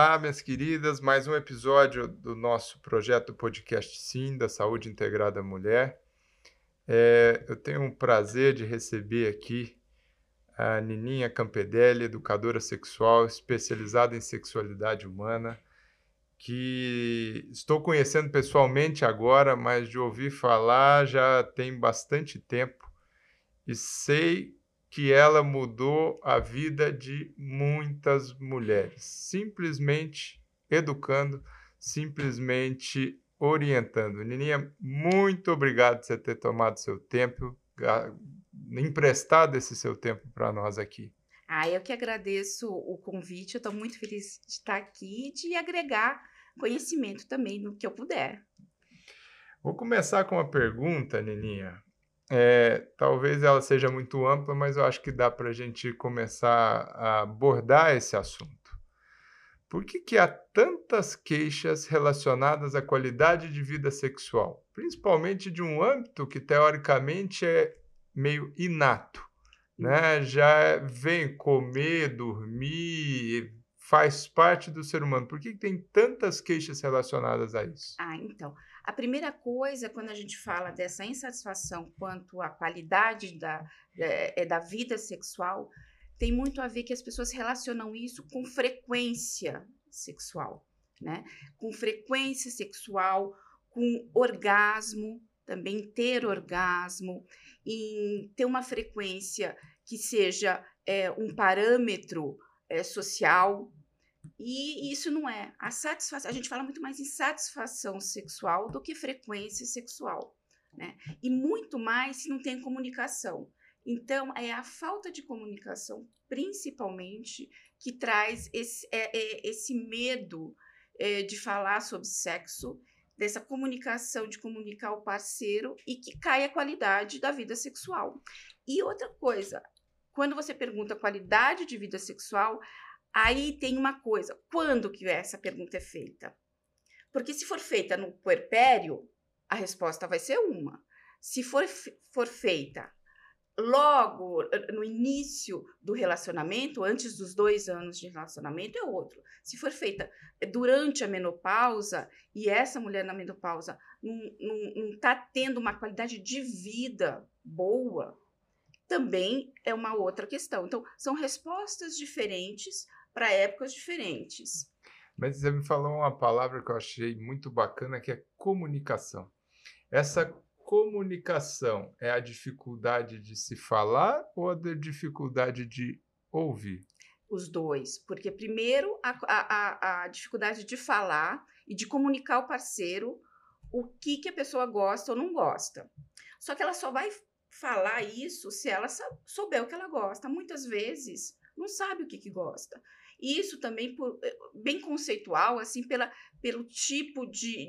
Olá, minhas queridas, mais um episódio do nosso projeto podcast Sim, da Saúde Integrada Mulher. Eu tenho o prazer de receber aqui a Nininha Campedelli, educadora sexual especializada em sexualidade humana, que estou conhecendo pessoalmente agora, mas de ouvir falar já tem bastante tempo e sei que ela mudou a vida de muitas mulheres, simplesmente educando, simplesmente orientando. Nininha, muito obrigado por você ter tomado seu tempo, emprestado esse seu tempo para nós aqui. Eu que agradeço o convite, eu estou muito feliz de estar aqui e de agregar conhecimento também no que eu puder. Vou começar com uma pergunta, Nininha. Talvez ela seja muito ampla, mas eu acho que dá para a gente começar a abordar esse assunto. Por que há tantas queixas relacionadas à qualidade de vida sexual, principalmente de um âmbito que teoricamente é meio inato, Hum. né? Já vem comer, dormir, faz parte do ser humano. Por que tem tantas queixas relacionadas a isso? Então, a primeira coisa, quando a gente fala dessa insatisfação quanto à qualidade da vida sexual, tem muito a ver que as pessoas relacionam isso com frequência sexual, né? Com frequência sexual, com orgasmo, também ter orgasmo, em ter uma frequência que seja um parâmetro social, e isso não é. A gente fala muito mais em satisfação sexual do que frequência sexual, né? E muito mais se não tem comunicação. Então, é a falta de comunicação, principalmente, que traz esse medo de falar sobre sexo, dessa comunicação, de comunicar o parceiro e que cai a qualidade da vida sexual. E outra coisa, quando você pergunta qualidade de vida sexual, aí tem uma coisa, quando que essa pergunta é feita? Porque se for feita no puerpério, a resposta vai ser uma. Se for feita logo no início do relacionamento, antes dos 2 anos de relacionamento, é outro. Se for feita durante a menopausa, e essa mulher na menopausa não está tendo uma qualidade de vida boa, também é uma outra questão. Então, são respostas diferentes para épocas diferentes. Mas você me falou uma palavra que eu achei muito bacana, que é comunicação. Essa comunicação é a dificuldade de se falar ou a dificuldade de ouvir? Os dois, porque primeiro a dificuldade de falar e de comunicar ao parceiro o que a pessoa gosta ou não gosta. Só que ela só vai falar isso se ela souber o que ela gosta. Muitas vezes não sabe o que gosta. E isso também bem conceitual, assim, pelo tipo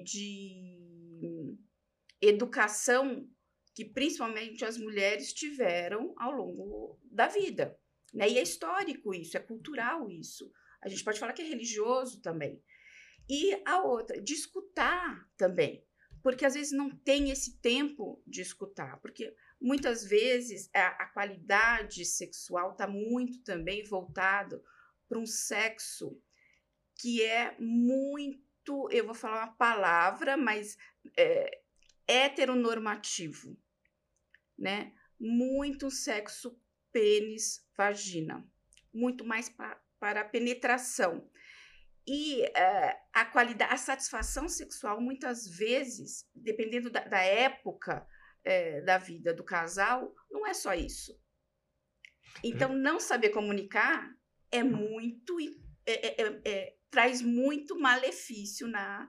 de educação que principalmente as mulheres tiveram ao longo da vida, né? E é histórico isso, é cultural isso. A gente pode falar que é religioso também. E a outra, de escutar também, porque às vezes não tem esse tempo de escutar, porque muitas vezes a qualidade sexual está muito também voltado para um sexo que é muito, eu vou falar uma palavra, mas é, heteronormativo, né? Muito sexo pênis, vagina, muito mais para a penetração. E a qualidade, a satisfação sexual, muitas vezes, dependendo da época da vida do casal, não é só isso. Então, não saber comunicar é muito, traz muito malefício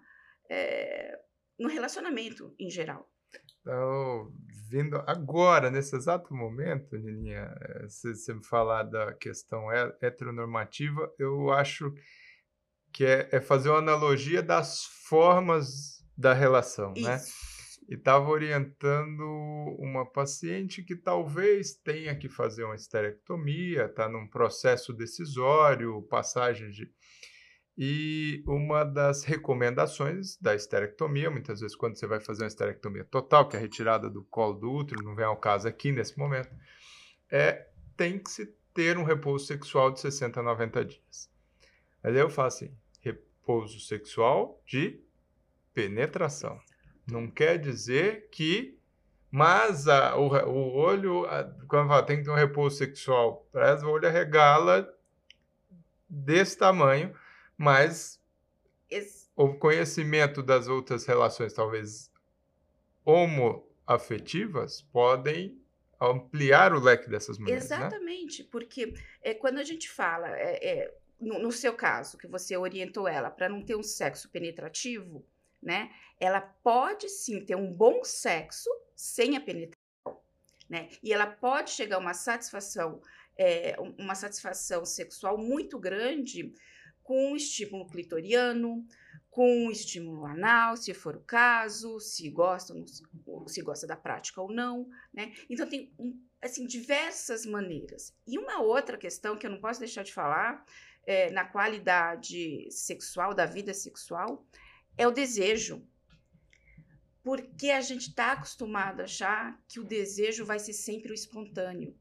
no relacionamento em geral. Então, vindo agora, nesse exato momento, Nininha, se você me falar da questão heteronormativa, eu acho que é fazer uma analogia das formas da relação, né. Isso. E estava orientando uma paciente que talvez tenha que fazer uma esterectomia, está num processo decisório, passagem de e uma das recomendações da esterectomia, muitas vezes quando você vai fazer uma esterectomia total, que é a retirada do colo do útero, não vem ao caso aqui nesse momento, tem que se ter um repouso sexual de 60 a 90 dias. Mas aí eu falo assim, repouso sexual de penetração. Não quer dizer que... Mas o olho, quando fala, tem que ter um repouso sexual, parece o olho arregala desse tamanho, mas o conhecimento das outras relações, talvez homoafetivas, podem ampliar o leque dessas mulheres, né? Exatamente, porque quando a gente fala, no seu caso, que você orientou ela para não ter um sexo penetrativo, né? Ela pode sim ter um bom sexo sem a penetração, né? E ela pode chegar a uma satisfação sexual muito grande com um estímulo clitoriano, com um estímulo anal, se for o caso, se gosta da prática ou não, né? Então tem assim, diversas maneiras. E uma outra questão que eu não posso deixar de falar na qualidade sexual, da vida sexual, é o desejo. Porque a gente está acostumado a achar que o desejo vai ser sempre o espontâneo.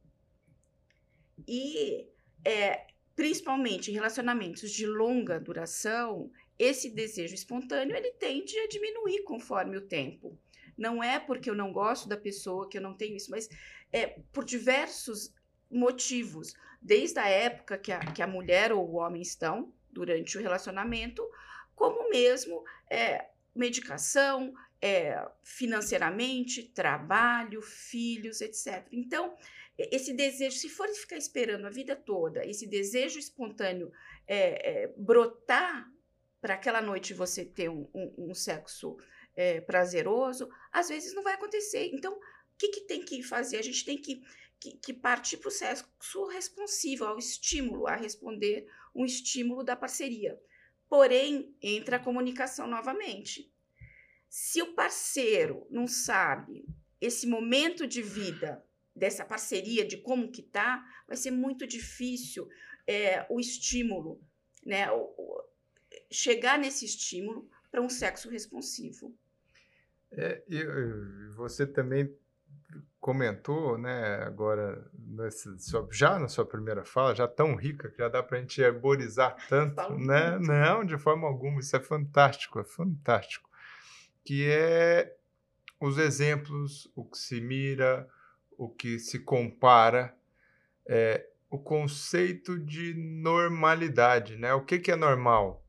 E, principalmente em relacionamentos de longa duração, esse desejo espontâneo ele tende a diminuir conforme o tempo. Não é porque eu não gosto da pessoa que eu não tenho isso, mas por diversos motivos. Desde a época que a mulher ou o homem estão durante o relacionamento, como mesmo medicação, financeiramente, trabalho, filhos, etc. Então, esse desejo, se for ficar esperando a vida toda, esse desejo espontâneo brotar para aquela noite você ter um sexo prazeroso, às vezes não vai acontecer. Então, o que tem que fazer? A gente tem que partir para o sexo responsivo, ao estímulo, a responder um estímulo da parceria. Porém, entra a comunicação novamente. Se o parceiro não sabe esse momento de vida dessa parceria, de como que tá, vai ser muito difícil o estímulo, né? Chegar nesse estímulo para um sexo responsivo. E você também comentou, né, agora, já na sua primeira fala, já tão rica, que já dá para a gente herborizar tanto, né? Muito. Não, de forma alguma, isso é fantástico, que é os exemplos, o que se mira, o que se compara, o conceito de normalidade, né? O que é normal?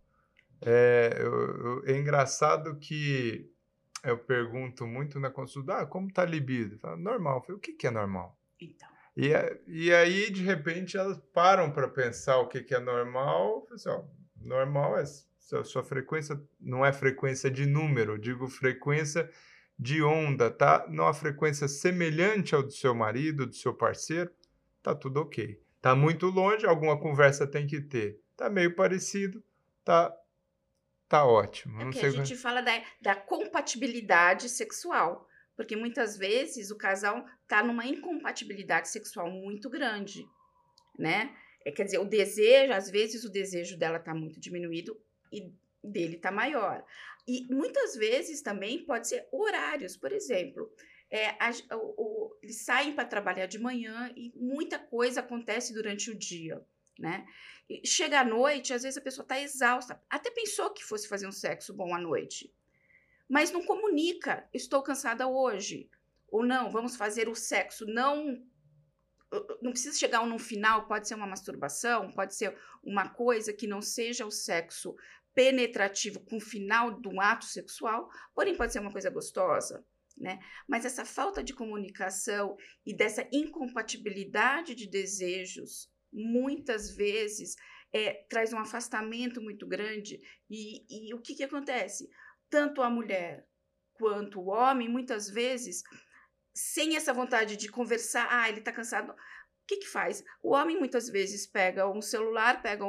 É engraçado que eu pergunto muito na consulta, como está a libido? Falo, normal. Eu falei, o que é normal? Então. E aí, de repente, elas param para pensar o que é normal. Eu falei assim, normal é sua frequência, não é frequência de número, digo frequência de onda, tá? Numa frequência semelhante ao do seu marido, do seu parceiro, tá tudo ok. Tá muito longe, alguma conversa tem que ter. Tá meio parecido, tá ótimo. É Não porque a sei. gente fala da compatibilidade sexual, porque muitas vezes o casal está numa incompatibilidade sexual muito grande, né? Quer dizer, o desejo, às vezes o desejo dela está muito diminuído e dele está maior. E muitas vezes também pode ser horários, por exemplo. Eles saem para trabalhar de manhã e muita coisa acontece durante o dia, né? E chega à noite, às vezes a pessoa está exausta, até pensou que fosse fazer um sexo bom à noite, mas não comunica, estou cansada hoje, ou não, vamos fazer o sexo, não precisa chegar num final, pode ser uma masturbação, pode ser uma coisa que não seja o sexo penetrativo com o final de um ato sexual, porém pode ser uma coisa gostosa, né? Mas essa falta de comunicação e dessa incompatibilidade de desejos, muitas vezes, traz um afastamento muito grande. E o que acontece? Tanto a mulher quanto o homem, muitas vezes, sem essa vontade de conversar, ele está cansado. O que faz? O homem muitas vezes pega um celular, pega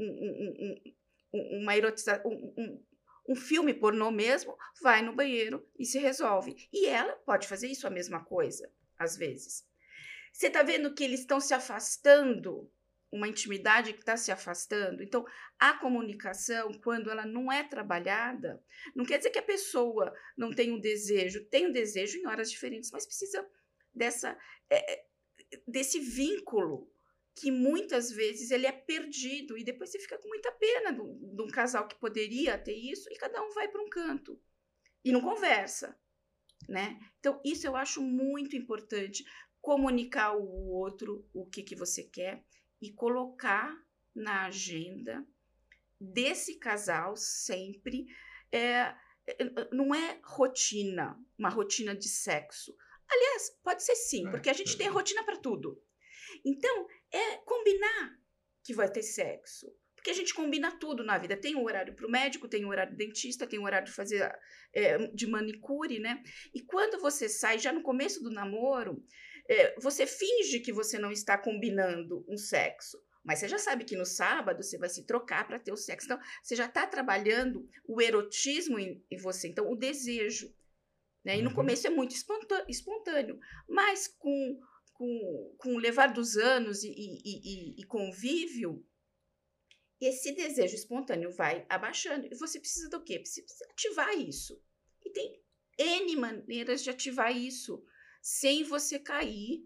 uma erotização, um filme pornô mesmo, vai no banheiro e se resolve. E ela pode fazer isso a mesma coisa, às vezes. Você está vendo que eles estão se afastando, uma intimidade que está se afastando? Então, a comunicação, quando ela não é trabalhada, não quer dizer que a pessoa não tem um desejo, tem um desejo em horas diferentes, mas precisa desse vínculo que muitas vezes ele é perdido e depois você fica com muita pena de um casal que poderia ter isso e cada um vai para um canto e não conversa, né? Então, isso eu acho muito importante, comunicar ao outro o que você quer e colocar na agenda desse casal sempre. É, não é rotina, uma rotina de sexo. Aliás, pode ser sim, porque a gente tem rotina para tudo. Então, é combinar que vai ter sexo. Porque a gente combina tudo na vida. Tem um horário para o médico, tem um horário do dentista, tem um horário de fazer de manicure, né? E quando você sai, já no começo do namoro, você finge que você não está combinando um sexo. Mas você já sabe que no sábado você vai se trocar para ter o sexo. Então, você já está trabalhando o erotismo em você. Então, o desejo. Né? E no começo é muito espontâneo. Mas com o levar dos anos e convívio, esse desejo espontâneo vai abaixando. E você precisa do quê? Você precisa ativar isso. E tem N maneiras de ativar isso, sem você cair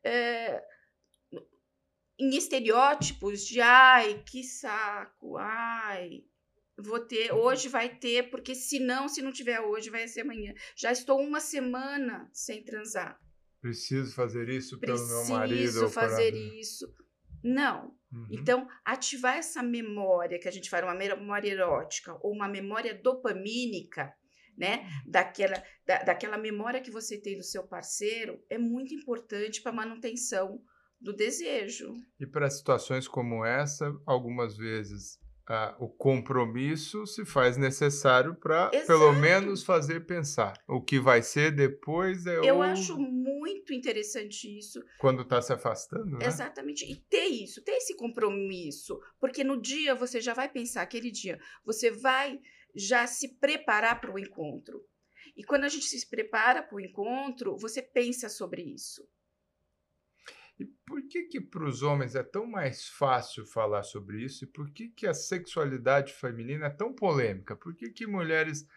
em estereótipos de ai, que saco, ai, vou ter, hoje vai ter, porque se não tiver hoje, vai ser amanhã. Já estou uma semana sem transar. Preciso fazer isso pelo meu marido. Preciso ou fazer isso. Não. Uhum. Então, ativar essa memória que a gente fala, uma memória erótica ou uma memória dopamínica, né? Daquela memória que você tem do seu parceiro, é muito importante para a manutenção do desejo. E para situações como essa, algumas vezes o compromisso se faz necessário para, pelo menos, fazer pensar. O que vai ser depois Eu acho muito interessante isso. Quando está se afastando, né? Exatamente. E ter esse compromisso. Porque no dia você já vai pensar, aquele dia, você vai já se preparar para o encontro. E quando a gente se prepara para o encontro, você pensa sobre isso. E por que para os homens é tão mais fácil falar sobre isso? E por que a sexualidade feminina é tão polêmica? Por que mulheres...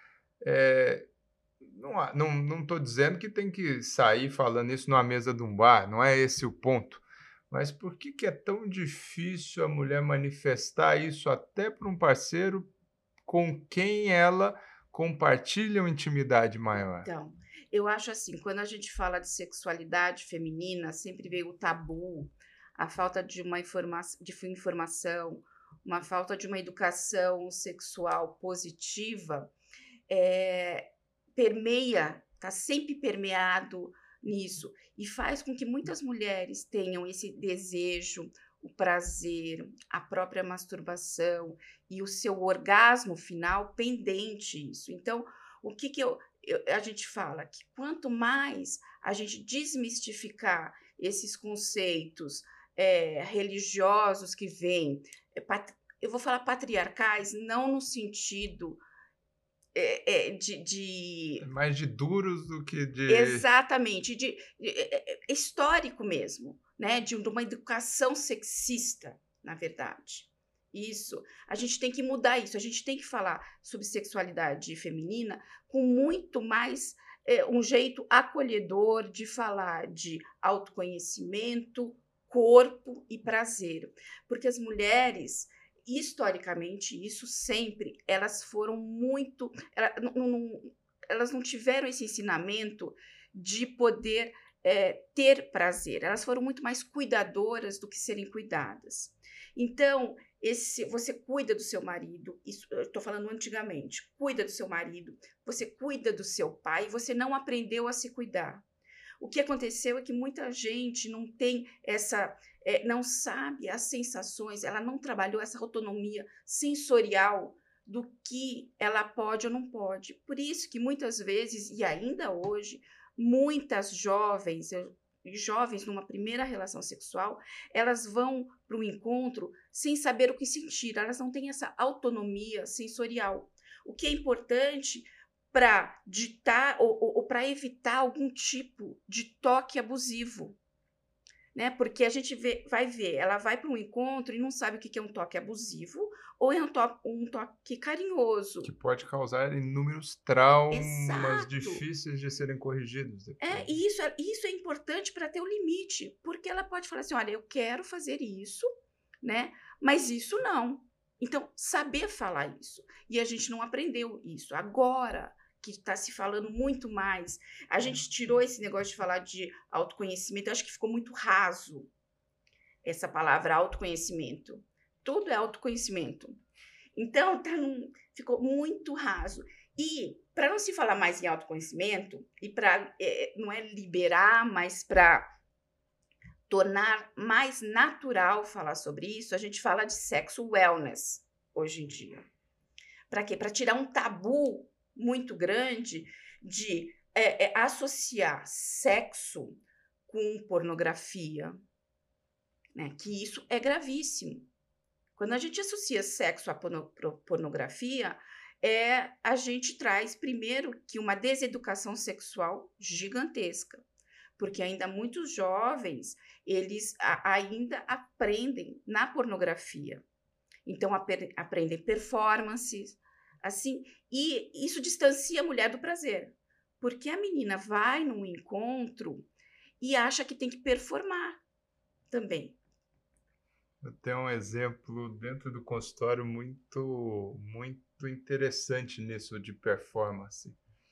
Não estou dizendo que tem que sair falando isso numa mesa de um bar, não é esse o ponto. Mas por que é tão difícil a mulher manifestar isso até para um parceiro com quem ela compartilha uma intimidade maior? Então, eu acho assim, quando a gente fala de sexualidade feminina, sempre veio o tabu, a falta de uma informação, uma falta de uma educação sexual positiva, está sempre permeado nisso e faz com que muitas mulheres tenham esse desejo, o prazer, a própria masturbação e o seu orgasmo final pendente isso. Então, o que a gente fala? Que quanto mais a gente desmistificar esses conceitos religiosos que vêm, eu vou falar patriarcais, não no sentido mais de duros do que de... Exatamente, histórico mesmo, né? De uma educação sexista, na verdade. Isso, a gente tem que mudar isso, a gente tem que falar sobre sexualidade feminina com muito mais um jeito acolhedor de falar de autoconhecimento, corpo e prazer. Porque as mulheres, historicamente, isso sempre, elas foram muito... Elas não tiveram esse ensinamento de poder ter prazer. Elas foram muito mais cuidadoras do que serem cuidadas. Então, você cuida do seu marido, isso eu estou falando antigamente, cuida do seu marido, você cuida do seu pai, você não aprendeu a se cuidar. O que aconteceu é que muita gente não tem não sabe as sensações, ela não trabalhou essa autonomia sensorial do que ela pode ou não pode. Por isso que muitas vezes, e ainda hoje, muitas jovens numa primeira relação sexual, elas vão para o encontro sem saber o que sentir, elas não têm essa autonomia sensorial. O que é importante para ditar ou para evitar algum tipo de toque abusivo. né? Porque a gente vai ver, ela vai para um encontro e não sabe o que é um toque abusivo ou é um toque carinhoso. Que pode causar inúmeros traumas Exato. difíceis de serem corrigidos depois, né. E isso é importante para ter o limite, porque ela pode falar assim: olha, eu quero fazer isso, né? Mas isso não. Então, saber falar isso. E a gente não aprendeu isso. Agora que está se falando muito mais, a gente tirou esse negócio de falar de autoconhecimento, eu acho que ficou muito raso essa palavra autoconhecimento. Tudo é autoconhecimento. Então, ficou muito raso. E para não se falar mais em autoconhecimento, e para não é liberar, mas para tornar mais natural falar sobre isso, a gente fala de sexo wellness hoje em dia. Para quê? Para tirar um tabu muito grande de associar sexo com pornografia, né? Que isso é gravíssimo. Quando a gente associa sexo à pornografia, a gente traz primeiro que uma deseducação sexual gigantesca, porque ainda muitos jovens, eles ainda aprendem na pornografia. Então, aprendem performances, assim, e isso distancia a mulher do prazer, porque a menina vai num encontro e acha que tem que performar também. Eu tenho um exemplo dentro do consultório muito interessante nisso de performance.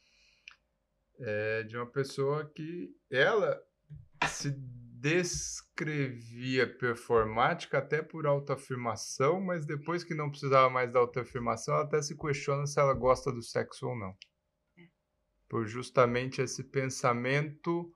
É de uma pessoa que ela se descrevia performática até por autoafirmação, mas depois que não precisava mais da autoafirmação, ela até se questiona se ela gosta do sexo ou não. Por justamente esse pensamento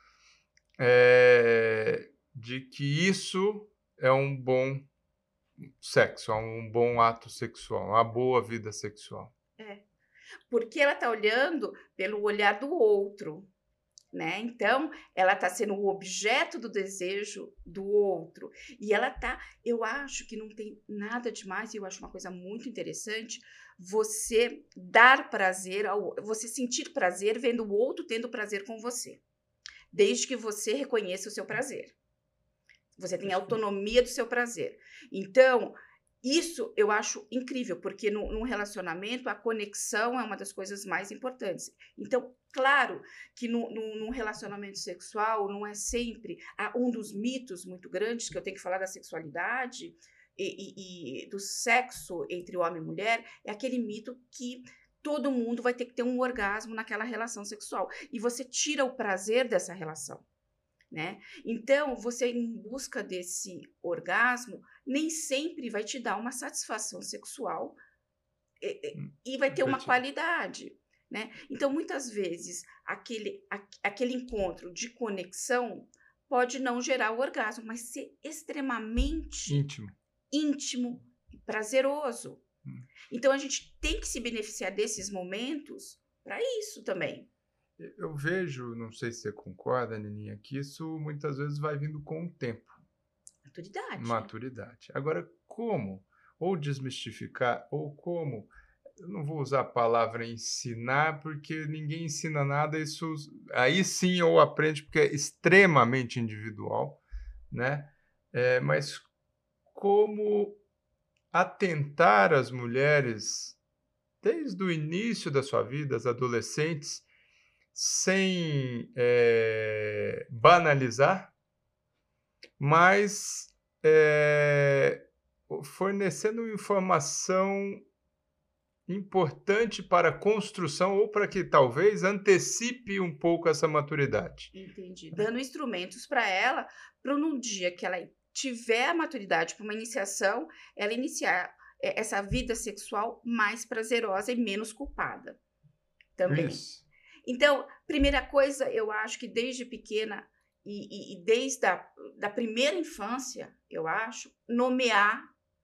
de que isso é um bom sexo, é um bom ato sexual, uma boa vida sexual. Porque ela está olhando pelo olhar do outro, né? Então, ela está sendo o objeto do desejo do outro. E ela está, eu acho que não tem nada demais, e eu acho uma coisa muito interessante, você dar prazer, você sentir prazer vendo o outro tendo prazer com você. Desde que você reconheça o seu prazer. Você tem autonomia do seu prazer. Então, isso eu acho incrível, porque num relacionamento a conexão é uma das coisas mais importantes. Então, claro que num relacionamento sexual não é sempre um dos mitos muito grandes que eu tenho que falar da sexualidade e do sexo entre homem e mulher, é aquele mito que todo mundo vai ter que ter um orgasmo naquela relação sexual. E você tira o prazer dessa relação. Né? Então, você em busca desse orgasmo, nem sempre vai te dar uma satisfação sexual e vai ter uma qualidade. Né? Então, muitas vezes, aquele encontro de conexão pode não gerar o orgasmo, mas ser extremamente íntimo e prazeroso. Então, a gente tem que se beneficiar desses momentos para isso também. Eu vejo, não sei se você concorda, Nininha, que isso muitas vezes vai vindo com o tempo. Maturidade. Agora, como? Ou desmistificar, ou como? Eu não vou usar a palavra ensinar, porque ninguém ensina nada, isso aí sim ou aprende, porque é extremamente individual, né? Mas como atentar as mulheres, desde o início da sua vida, as adolescentes, sem banalizar, mas fornecendo informação importante para a construção ou para que talvez antecipe um pouco essa maturidade. Entendi. Dando instrumentos para ela, para num dia que ela tiver a maturidade para uma iniciação, ela iniciar essa vida sexual mais prazerosa e menos culpada também. Isso. Então, primeira coisa, eu acho que desde pequena e desde da primeira infância, eu acho, nomear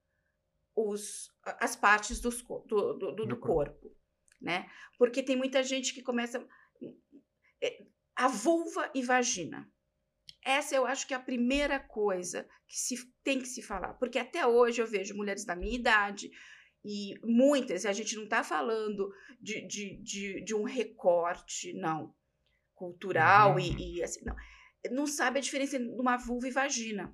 as partes do corpo, né? Porque tem muita gente que começa a vulva e vagina. Essa eu acho que é a primeira coisa que tem que se falar, porque até hoje eu vejo mulheres da minha idade e muitas, a gente não está falando de um recorte, não, cultural e assim, não. não sabe a diferença entre uma vulva e vagina.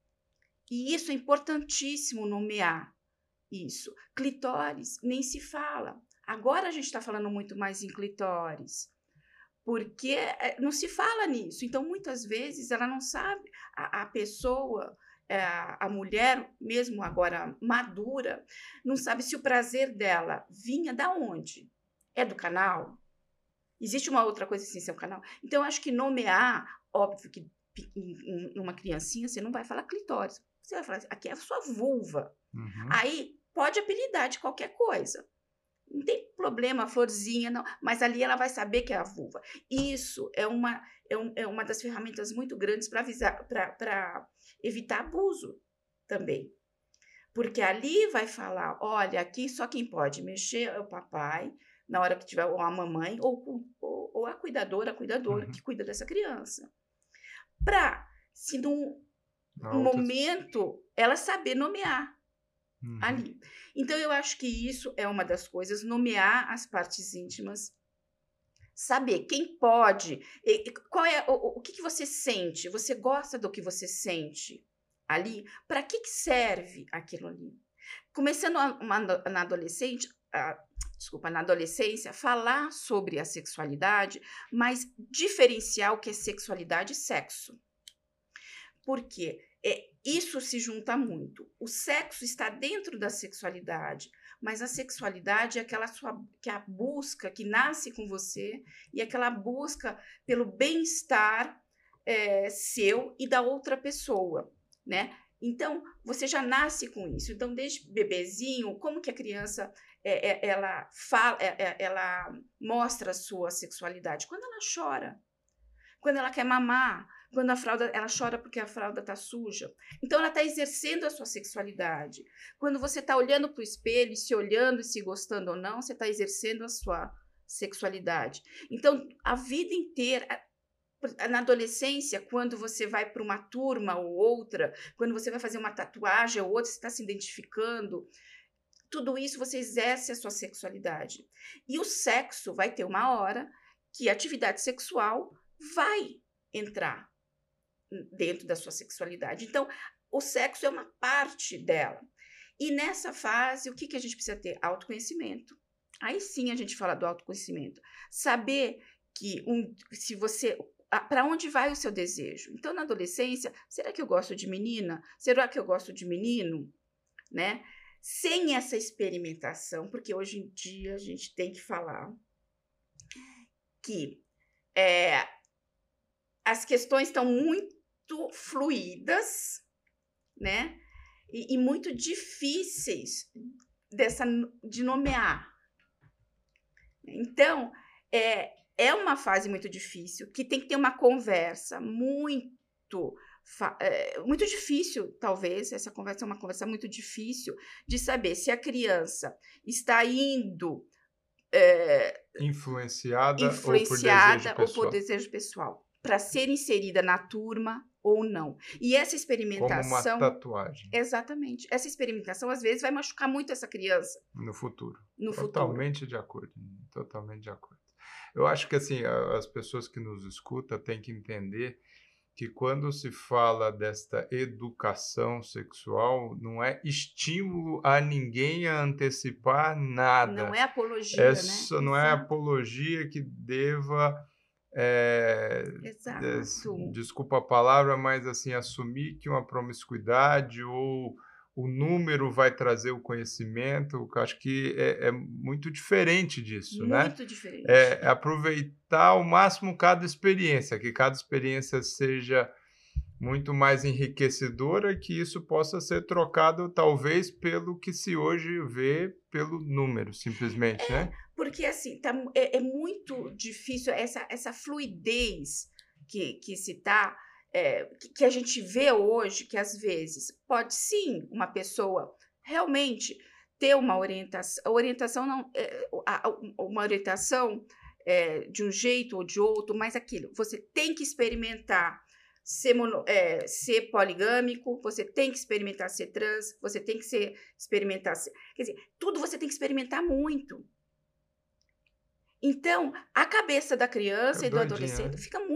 E isso é importantíssimo nomear isso. Clitóris nem se fala. Agora a gente está falando muito mais em clitóris, porque não se fala nisso. Então, muitas vezes, ela não sabe, a pessoa, a mulher, mesmo agora madura, não sabe se o prazer dela vinha da onde? É do canal? Existe uma outra coisa sem ser o canal? Então, eu acho que nomear, óbvio que em uma criancinha, você não vai falar clitóris. Você vai falar, aqui é a sua vulva. Uhum. Aí, pode apelidar de qualquer coisa. Não tem problema, florzinha, não. Mas ali ela vai saber que é a vulva. Isso é uma das ferramentas muito grandes para evitar abuso também. Porque ali vai falar, olha, aqui só quem pode mexer é o papai, na hora que tiver, ou a mamãe, ou a cuidador, Uhum. que cuida dessa criança. Para, se num Na outra- momento, ela saber nomear. Uhum. Ali. Então, eu acho que isso é uma das coisas, nomear as partes íntimas, saber quem pode, qual é o que você sente, você gosta do que você sente ali, para que serve aquilo ali? Começando na adolescente, na adolescência, falar sobre a sexualidade, mas diferenciar o que é sexualidade e sexo. Por quê? Isso se junta muito. O sexo está dentro da sexualidade, mas a sexualidade é aquela que é a busca que nasce com você e aquela busca pelo bem-estar seu e da outra pessoa, né? Então, você já nasce com isso. Então, desde bebezinho, como que a criança ela fala, ela mostra a sua sexualidade? Quando ela chora, quando ela quer mamar, quando ela chora porque a fralda está suja. Então, ela está exercendo a sua sexualidade. Quando você está olhando para o espelho, e se olhando e se gostando ou não, você está exercendo a sua sexualidade. Então, a vida inteira, na adolescência, quando você vai para uma turma ou outra, quando você vai fazer uma tatuagem ou outra, você está se identificando, tudo isso você exerce a sua sexualidade. E o sexo vai ter uma hora que a atividade sexual vai entrar dentro da sua sexualidade. Então, o sexo é uma parte dela. E nessa fase, o que a gente precisa ter? Autoconhecimento. Aí sim a gente fala do autoconhecimento. Saber que se você... Para onde vai o seu desejo? Então, na adolescência, será que eu gosto de menina? Será que eu gosto de menino? Né? Sem essa experimentação, porque hoje em dia a gente tem que falar que as questões estão muito fluídas, né? E muito difíceis de nomear. Então, é uma fase muito difícil, que tem que ter uma conversa muito difícil, talvez. Essa conversa é uma conversa muito difícil de saber se a criança está indo Influenciada ou por desejo pessoal, para ser inserida na turma ou não. E essa experimentação... Como uma tatuagem. Exatamente. Essa experimentação, às vezes, vai machucar muito essa criança. No futuro. Totalmente de acordo. Totalmente de acordo. Eu acho que, assim, as pessoas que nos escutam têm que entender que quando se fala desta educação sexual, não é estímulo a ninguém a antecipar nada. Não é apologia, né? Não é apologia que deva... Exato. Desculpa a palavra, mas assim, assumir que uma promiscuidade ou o número vai trazer o conhecimento, eu acho que é muito diferente disso, né? Muito diferente. É aproveitar ao máximo cada experiência, que cada experiência seja muito mais enriquecedora e que isso possa ser trocado, talvez, pelo que se hoje vê pelo número, simplesmente, né? Porque, assim, é muito difícil essa fluidez que se está... que a gente vê hoje, que às vezes pode sim uma pessoa realmente ter uma orientação não, uma orientação de um jeito ou de outro, mas aquilo, você tem que experimentar ser poligâmico, você tem que experimentar ser trans, você tem que experimentar ser... Quer dizer, tudo você tem que experimentar muito. Então, a cabeça da criança e do adolescente fica muito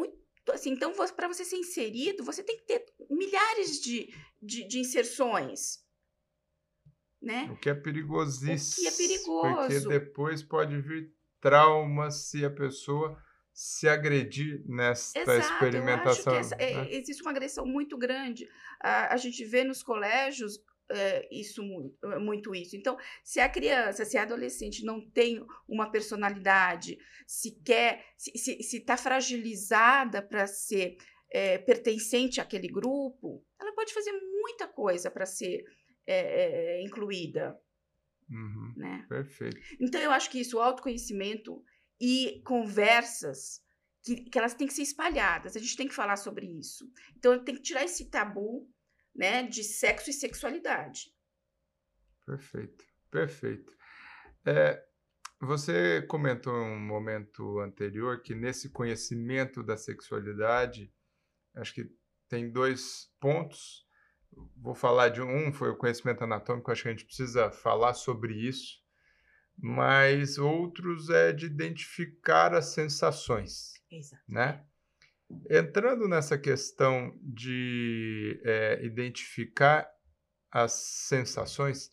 Assim, então, para você ser inserido, você tem que ter milhares de inserções, né? O que é O que é perigosíssimo, porque perigoso. depois pode vir trauma se a pessoa se agredir nesta Exato, eu acho que experimentação, né. existe uma agressão muito grande. A gente vê nos colégios, isso muito isso. Então, se a criança, se a adolescente não tem uma personalidade, se está fragilizada para ser, pertencente àquele grupo, ela pode fazer muita coisa para ser, incluída, Uhum, né. perfeito. Então eu acho que isso, o autoconhecimento e conversas que elas têm que ser espalhadas, a gente tem que falar sobre isso. Então tem que tirar esse tabu, né, de sexo e sexualidade. Perfeito, perfeito. Eh, você comentou em um momento anterior que nesse conhecimento da sexualidade, acho que tem 2 pontos. Vou falar de um, foi o conhecimento anatômico, acho que a gente precisa falar sobre isso, mas outros é de identificar as sensações, Exato. né. Entrando nessa questão de, identificar as sensações,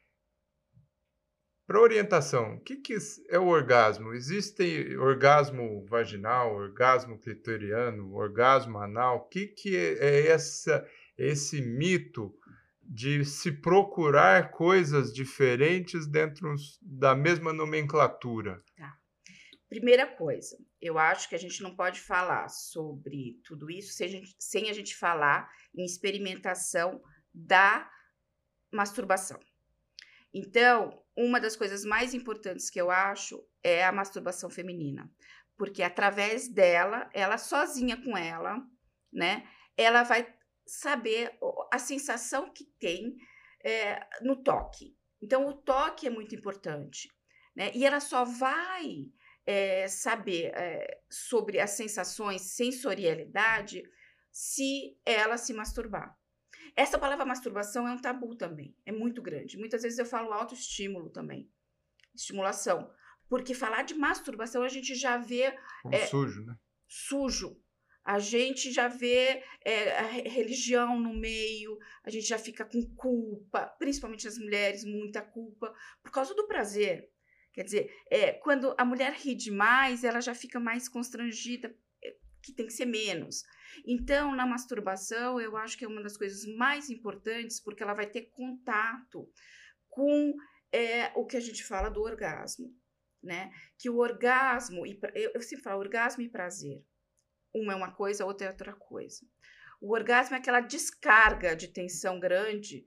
para orientação, o que é o orgasmo? Existe orgasmo vaginal, orgasmo clitoriano, orgasmo anal? O que é esse mito de se procurar coisas diferentes dentro da mesma nomenclatura? Tá. Primeira coisa, eu acho que a gente não pode falar sobre tudo isso sem a gente falar em experimentação da masturbação. Então, uma das coisas mais importantes que eu acho é a masturbação feminina, porque através dela, ela sozinha com ela, né, ela vai saber a sensação que tem, no toque. Então o toque é muito importante, né, e ela só vai, saber, sobre as sensações, sensorialidade, se ela se masturbar. Essa palavra masturbação é um tabu também, é muito grande. Muitas vezes eu falo autoestímulo também, estimulação, porque falar de masturbação a gente já vê, Como eh, sujo, né? sujo, a gente já vê, a religião no meio, a gente já fica com culpa, principalmente as mulheres, muita culpa, por causa do prazer. Quer dizer, quando a mulher ri demais, ela já fica mais constrangida, que tem que ser menos. Então, na masturbação, eu acho que é uma das coisas mais importantes, porque ela vai ter contato com, o que a gente fala do orgasmo, né? Que o orgasmo, eu sempre falo orgasmo e prazer. Uma é uma coisa, a outra é outra coisa. O orgasmo é aquela descarga de tensão grande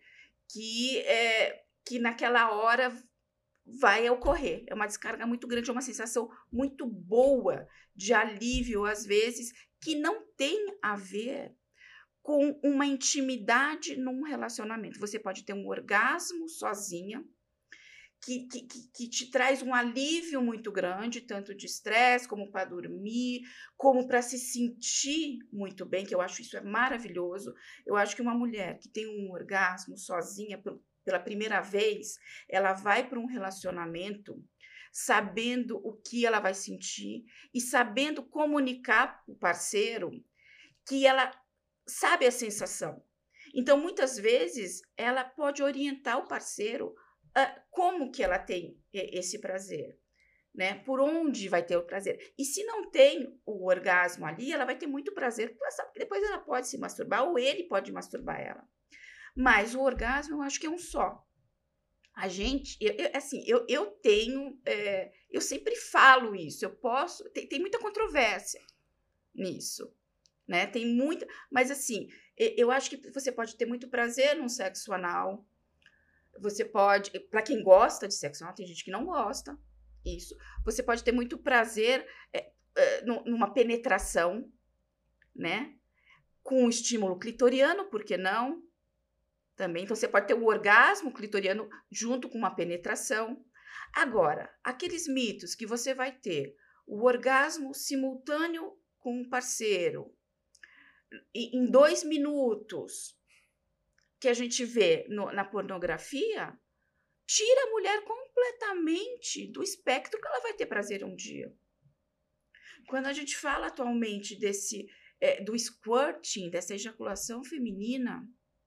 que naquela hora vai ocorrer. É uma descarga muito grande, é uma sensação muito boa de alívio, às vezes, que não tem a ver com uma intimidade num relacionamento. Você pode ter um orgasmo sozinha, que te traz um alívio muito grande, tanto de estresse, como para dormir, como para se sentir muito bem, que eu acho isso é maravilhoso. Eu acho que uma mulher que tem um orgasmo sozinha pela primeira vez, ela vai para um relacionamento sabendo o que ela vai sentir e sabendo comunicar para o parceiro que ela sabe a sensação. Então, muitas vezes, ela pode orientar o parceiro como que ela tem esse prazer, né? Por onde vai ter o prazer. E se não tem o orgasmo ali, ela vai ter muito prazer, porque ela sabe que depois ela pode se masturbar ou ele pode masturbar ela. Mas o orgasmo eu acho que é um só. A gente, assim, eu tenho, eu sempre falo isso, eu posso, tem muita controvérsia nisso, né? Tem muita, mas assim, eu acho que você pode ter muito prazer num sexo anal, você pode, para quem gosta de sexo anal, tem gente que não gosta, isso. Você pode ter muito prazer numa penetração, né? Com estímulo clitoriano, por que não? Também. Então, você pode ter o orgasmo clitoriano junto com uma penetração. Agora, aqueles mitos que você vai ter o orgasmo simultâneo com um parceiro em 2 minutos, que a gente vê na pornografia, tira a mulher completamente do espectro que ela vai ter prazer um dia. Quando a gente fala atualmente do squirting, dessa ejaculação feminina,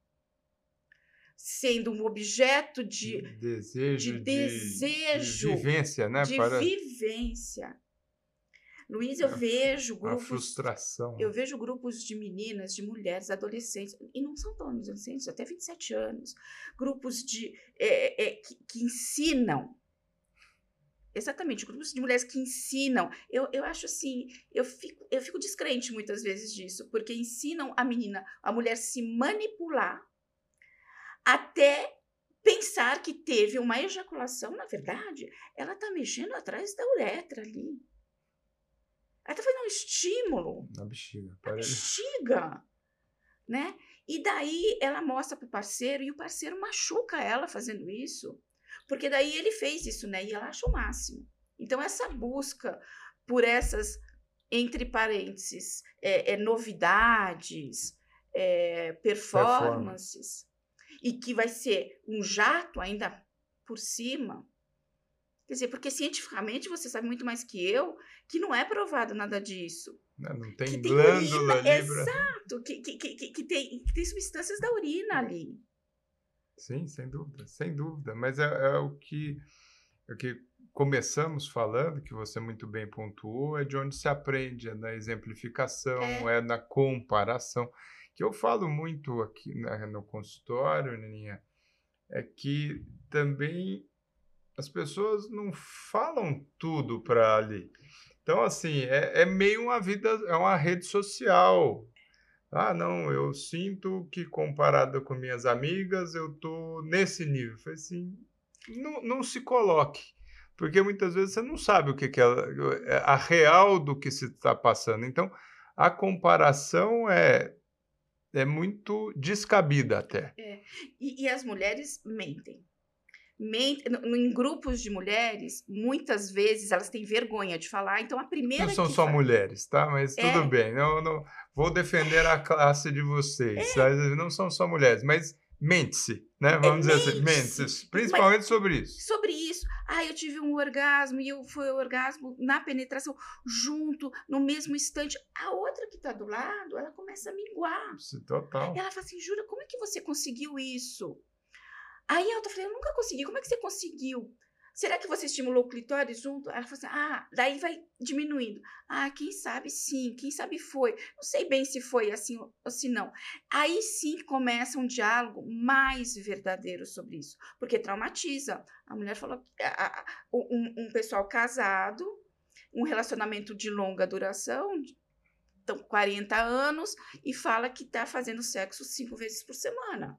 sendo um objeto de Desejo, desejo, de vivência, né? de vivência. Luiz, eu vejo A frustração. eu vejo grupos de meninas, de mulheres, adolescentes, e não são tão adolescentes, até 27 anos, grupos que ensinam, exatamente, grupos de mulheres que ensinam. Eu acho assim, eu fico descrente muitas vezes disso, porque ensinam a mulher se manipular até pensar que teve uma ejaculação. Na verdade, ela está mexendo atrás da uretra ali. Ela está fazendo um estímulo. Na bexiga. Na bexiga, né? E daí ela mostra para o parceiro, e o parceiro machuca ela fazendo isso. Porque daí ele fez isso, né? E ela acha o máximo. Então, essa busca por essas, entre parênteses, novidades, performances, e que vai ser um jato ainda por cima. Quer dizer, porque cientificamente você sabe muito mais que eu que não é provado nada disso. Não tem que glândula urina, ali. Exato, que tem substâncias da urina ali. Sim, sem dúvida, sem dúvida. Mas é o que começamos falando, que você muito bem pontuou, é de onde se aprende, é na exemplificação, é na comparação. Que eu falo muito aqui no consultório, Nininha, é que também as pessoas não falam tudo para ali. Então, assim, é meio uma vida, é uma rede social. Ah, não, eu sinto que comparado com minhas amigas, eu tô nesse nível. Eu falei assim, não se coloque, porque muitas vezes você não sabe o que é a real do que se está passando. Então, a comparação é muito descabida até. E as mulheres mentem. Em grupos de mulheres, muitas vezes elas têm vergonha de falar, então a primeira Não são que só mulheres, tá? Mas tudo bem, não vou defender a classe de vocês, tá? Não são só mulheres, mas mente-se, né? Vamos dizer assim, mente-se, principalmente sobre isso. Sobre isso. Eu tive um orgasmo e foi o orgasmo na penetração, junto, no mesmo instante. A outra que está do lado, ela começa a minguar. Total. Ela fala assim, Jura, como é que você conseguiu isso? Aí a outra falou, eu nunca consegui. Como é que você conseguiu? Será que você estimulou o clitóris junto? Ela falou assim, daí vai diminuindo. Quem sabe sim, quem sabe foi. Não sei bem se foi assim ou se não. Aí sim começa um diálogo mais verdadeiro sobre isso, porque traumatiza. A mulher falou que um pessoal casado, um relacionamento de longa duração, então 40 anos, e fala que está fazendo sexo 5 vezes por semana.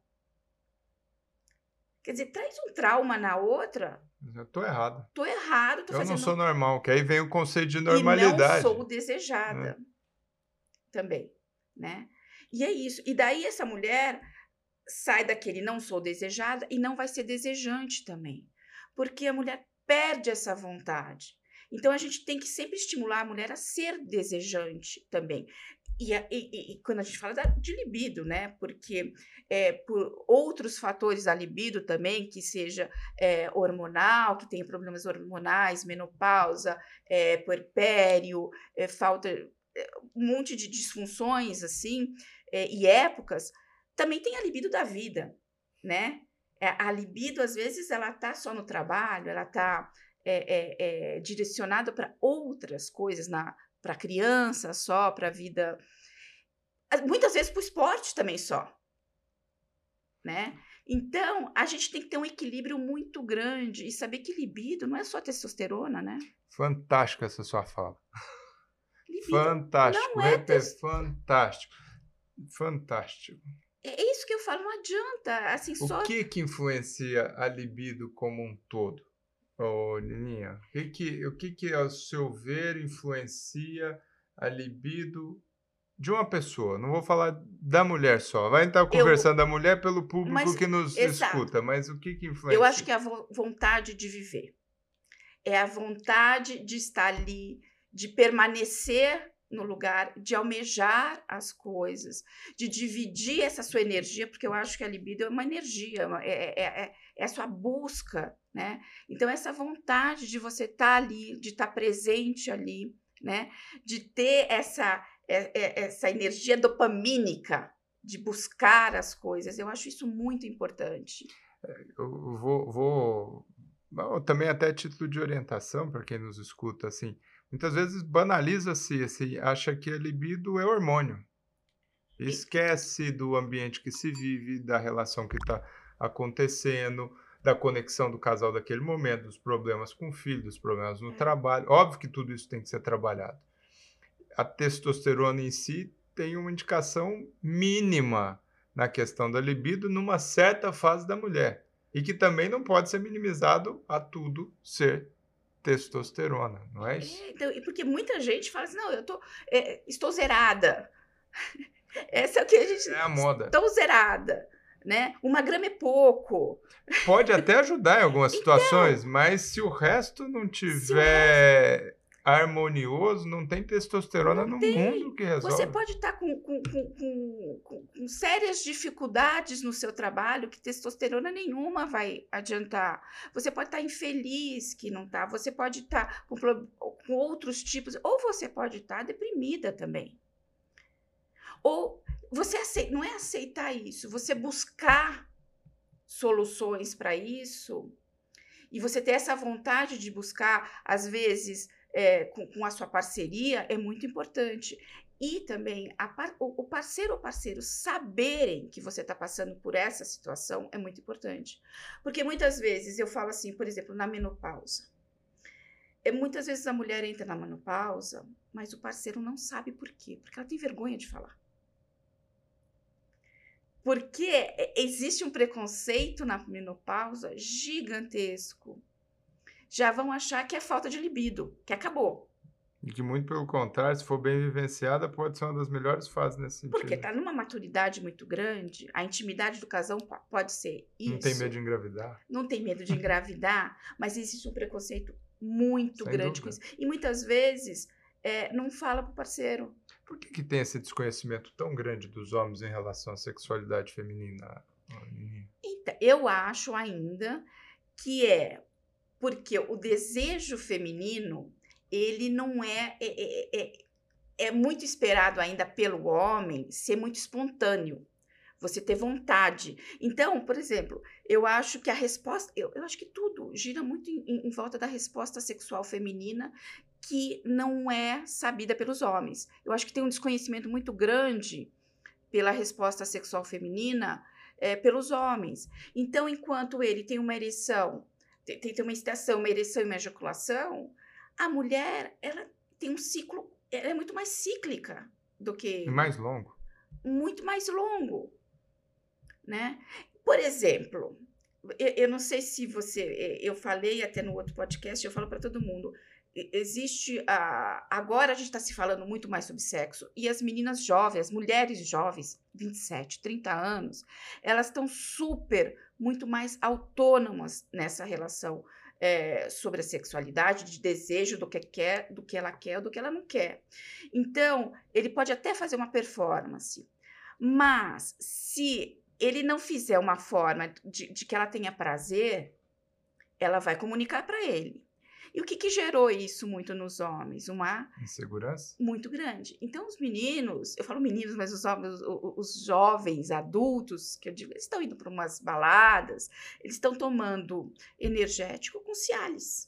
Quer dizer, traz um trauma na outra. Eu tô errado. Tô errado, tô eu fazendo... não sou normal, que aí vem o conceito de normalidade. E não sou desejada também, né? E é isso. E daí essa mulher sai daquele não sou desejada e não vai ser desejante também. Porque a mulher perde essa vontade. Então, a gente tem que sempre estimular a mulher a ser desejante também. E quando a gente fala de libido, né? Porque por outros fatores da libido também, que seja hormonal, que tenha problemas hormonais, menopausa, puerpério, falta, um monte de disfunções assim, e épocas, também tem a libido da vida, né? A libido, às vezes, ela está só no trabalho, ela está direcionada para outras coisas, para a criança só, para a vida, muitas vezes para o esporte também só, né? Então, a gente tem que ter um equilíbrio muito grande e saber que libido não é só testosterona, né? Fantástica essa sua fala. Libido fantástico, não é fantástico. Fantástico. É isso que eu falo, não adianta. Assim, o que influencia a libido como um todo? Nininha, o que, ao seu ver, influencia a libido de uma pessoa? Não vou falar da mulher só. Vai estar conversando da mulher pelo público que nos escuta, mas o que influencia? Eu acho que é a vontade de viver. É a vontade de estar ali, de permanecer no lugar, de almejar as coisas, de dividir essa sua energia, porque eu acho que a libido é uma energia, é a sua busca, né? Então, essa vontade de você estar ali, de estar presente ali, né? De ter essa energia dopamínica de buscar as coisas. Eu acho isso muito importante. Eu vou não, também até título de orientação para quem nos escuta, assim, muitas vezes banaliza-se, assim, acha que a libido é hormônio. E Esquece do ambiente que se vive, da relação que está acontecendo, da conexão do casal daquele momento, dos problemas com o filho, dos problemas no é, trabalho. Óbvio que tudo isso tem que ser trabalhado. A testosterona em si tem uma indicação mínima na questão da libido numa certa fase da mulher. E que também não pode ser minimizado a tudo ser testosterona, não é isso? então, e porque muita gente fala assim: "Não, estou zerada". Essa é o que a gente É a moda. estou zerada, né, 1 grama é pouco. Pode até ajudar em algumas Então, situações, mas se o resto não se o resto tiver harmonioso, não tem testosterona não no mundo tem. que Você resolve. pode estar com sérias dificuldades no seu trabalho, que testosterona nenhuma vai adiantar. Você pode estar infeliz, que não está. Você pode estar com outros tipos, ou você pode estar deprimida também. Ou não é aceitar isso, você buscar soluções para isso, e você ter essa vontade de buscar, às vezes, com a sua parceria, é muito importante. E também o parceiro ou parceiro saberem que você está passando por essa situação é muito importante. Porque muitas vezes eu falo assim, por exemplo, na menopausa. Muitas vezes a mulher entra na menopausa, mas o parceiro não sabe por quê, porque ela tem vergonha de falar. Porque existe um preconceito na menopausa gigantesco. Já vão achar que é falta de libido, que acabou. E que muito pelo contrário, se for bem vivenciada, pode ser uma das melhores fases nesse Porque sentido. está numa maturidade muito grande, a intimidade do casal pode ser Não tem medo isso. de engravidar, Não tem medo de engravidar, mas existe um preconceito muito sem grande com dúvida. isso. E muitas vezes não fala para o parceiro. Por que tem esse desconhecimento tão grande dos homens em relação à sexualidade feminina, Aninha? Então, eu acho ainda que é porque o desejo feminino, ele não é muito esperado ainda pelo homem ser muito espontâneo, você ter vontade. Então, por exemplo, eu acho que a resposta, eu acho que tudo gira muito em volta da resposta sexual feminina que não é sabida pelos homens. Eu acho que tem um desconhecimento muito grande pela resposta sexual feminina pelos homens. Então, enquanto ele tem uma ereção, tem uma excitação, uma ereção e uma ejaculação, a mulher ela tem um ciclo, ela é muito mais cíclica do que E ele, mais longo. muito mais longo, né? Por exemplo, eu não sei se eu falei até no outro podcast, eu falo para todo mundo, existe agora a gente está se falando muito mais sobre sexo e as meninas jovens, as mulheres jovens, 27, 30 anos, elas estão muito mais autônomas nessa relação sobre a sexualidade, de desejo do que quer, do que ela quer ou do que ela não quer. Então, ele pode até fazer uma performance, mas se ele não fizer uma forma de que ela tenha prazer, ela vai comunicar para ele. E o que gerou isso muito nos homens? Uma Insegurança? muito grande. Então, os meninos, eu falo meninos, mas os homens, os jovens, adultos, que eu digo, eles estão indo para umas baladas, eles estão tomando energético com Cialis.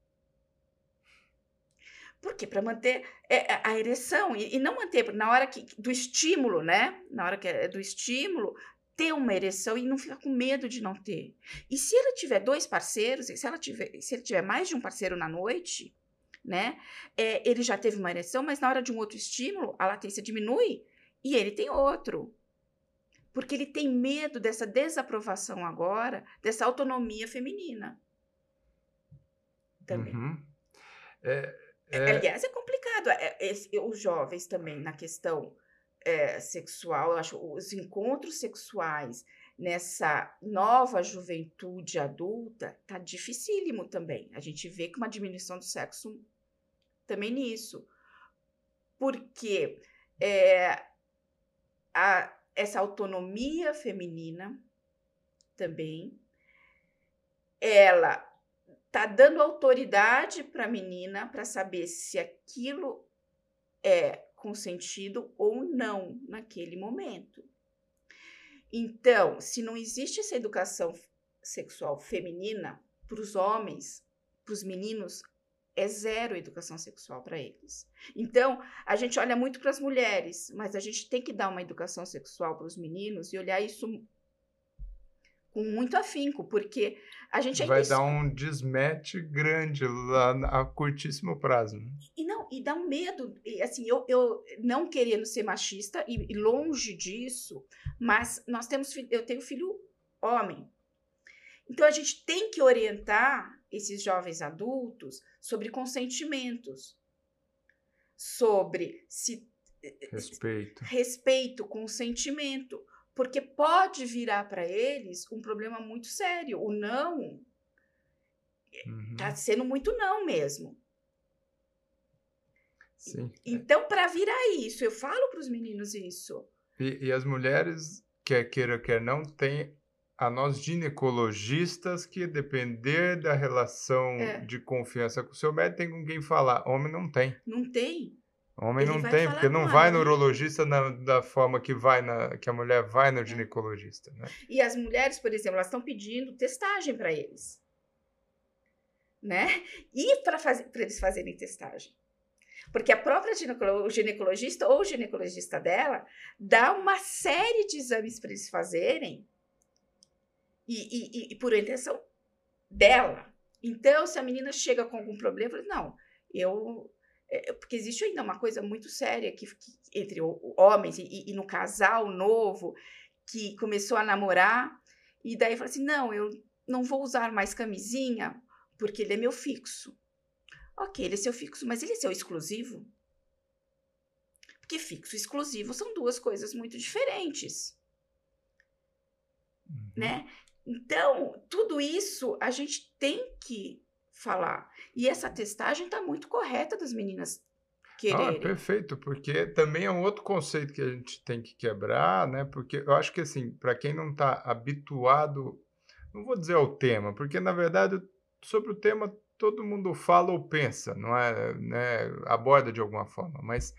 Por quê? Para manter a ereção e não manter, na hora do estímulo, né? Na hora que é do estímulo, ter uma ereção e não ficar com medo de não ter. E se ela tiver 2 parceiros, se ele tiver mais de um parceiro na noite, né? Ele já teve uma ereção, mas na hora de um outro estímulo, a latência diminui e ele tem outro. Porque ele tem medo dessa desaprovação agora, dessa autonomia feminina também. Uhum. É, Aliás, é complicado. Os jovens também, na questão sexual, eu acho os encontros sexuais nessa nova juventude adulta tá dificílimo também. A gente vê que uma diminuição do sexo também nisso. Porque essa autonomia feminina também, ela tá dando autoridade para a menina para saber se aquilo é consentido ou não naquele momento. Então, se não existe essa educação sexual feminina para os homens, para os meninos, é zero educação sexual para eles. Então, a gente olha muito para as mulheres, mas a gente tem que dar uma educação sexual para os meninos e olhar isso com muito afinco, porque a gente ainda Vai dar um desmatch grande lá a curtíssimo prazo, né? e dá um medo, e, assim, eu não querendo ser machista e longe disso, mas eu tenho filho homem. Então a gente tem que orientar esses jovens adultos sobre consentimentos, sobre respeito, consentimento, porque pode virar para eles um problema muito sério. O não está sendo muito não mesmo. Sim. Então, para virar isso, eu falo para os meninos isso. E as mulheres, quer queira, quer não, tem a nós ginecologistas que, depender da relação de confiança com o seu médico, tem com quem falar. Homem não tem. Não tem. Homem Ele não vai tem, falar porque com não um vai no amigo. urologista da forma que que a mulher vai no ginecologista, né? E as mulheres, por exemplo, elas estão pedindo testagem para eles, né? E para eles fazerem testagem. Porque a própria ginecologista ou o ginecologista dela dá uma série de exames para eles fazerem e por intenção dela. Então, se a menina chega com algum problema, eu falo, não, porque existe ainda uma coisa muito séria que entre homens e no casal novo que começou a namorar, e daí fala assim, não, eu não vou usar mais camisinha porque ele é meu fixo. Ok, ele é seu fixo, mas ele é seu exclusivo? Porque fixo e exclusivo são duas coisas muito diferentes, né? Então, tudo isso a gente tem que falar. E essa testagem está muito correta das meninas quererem. Perfeito, porque também é um outro conceito que a gente tem que quebrar, né? Porque eu acho que, assim, para quem não está habituado, não vou dizer ao tema, porque, na verdade, sobre o tema todo mundo fala ou pensa, não é, né? Aborda de alguma forma, mas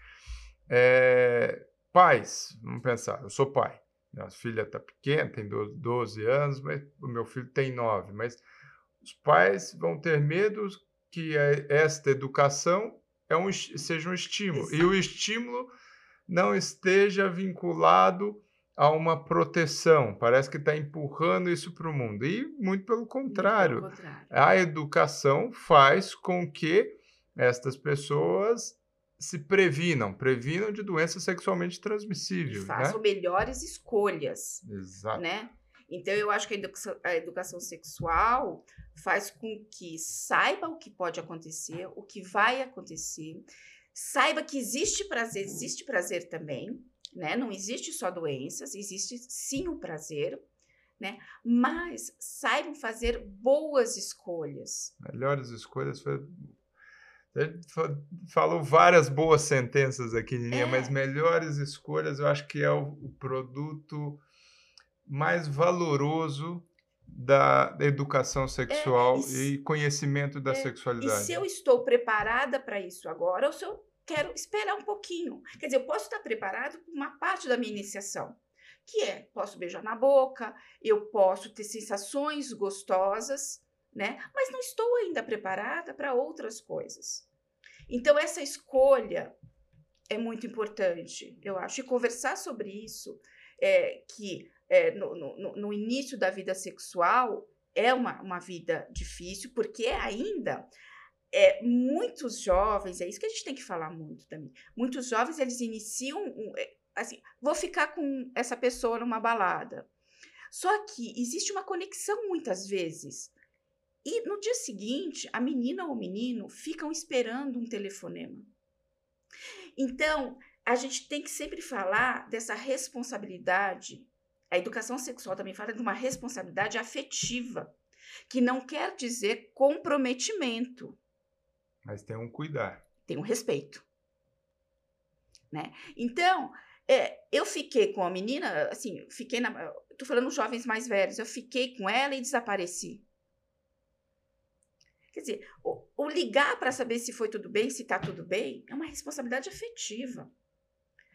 pais, vamos pensar, eu sou pai, minha filha está pequena, tem 12 anos, mas o meu filho tem 9, mas os pais vão ter medo que esta educação seja um estímulo, Exato. e o estímulo não esteja vinculado a uma proteção. Parece que está empurrando isso para o mundo. E muito pelo contrário. Muito pelo contrário. A educação faz com que estas pessoas se previnam de doenças sexualmente transmissíveis. E façam melhores escolhas. Exato. Né? Então, eu acho que a educação sexual faz com que saiba o que pode acontecer, o que vai acontecer, saiba que existe prazer também, né? Não existe só doenças, existe sim o prazer, né? Mas saibam fazer boas escolhas. Melhores escolhas falou várias boas sentenças aqui, Nininha, mas melhores escolhas eu acho que é o produto mais valoroso da educação sexual e conhecimento da sexualidade. E se eu estou preparada para isso agora, ou se eu quero esperar um pouquinho. Quer dizer, eu posso estar preparado com uma parte da minha iniciação, que posso beijar na boca, eu posso ter sensações gostosas, né? Mas não estou ainda preparada para outras coisas. Então, essa escolha é muito importante, eu acho. E conversar sobre isso, no início da vida sexual, é uma vida difícil, porque ainda muitos jovens, é isso que a gente tem que falar muito também, muitos jovens, eles iniciam, assim, vou ficar com essa pessoa numa balada. Só que existe uma conexão muitas vezes. E no dia seguinte, a menina ou o menino ficam esperando um telefonema. Então, a gente tem que sempre falar dessa responsabilidade. A educação sexual também fala de uma responsabilidade afetiva, que não quer dizer comprometimento. Mas tem um cuidar. Tem um respeito. Né? Então, eu fiquei com a menina, assim, estou falando dos jovens mais velhos, eu fiquei com ela e desapareci. Quer dizer, o ligar para saber se foi tudo bem, se está tudo bem, é uma responsabilidade afetiva.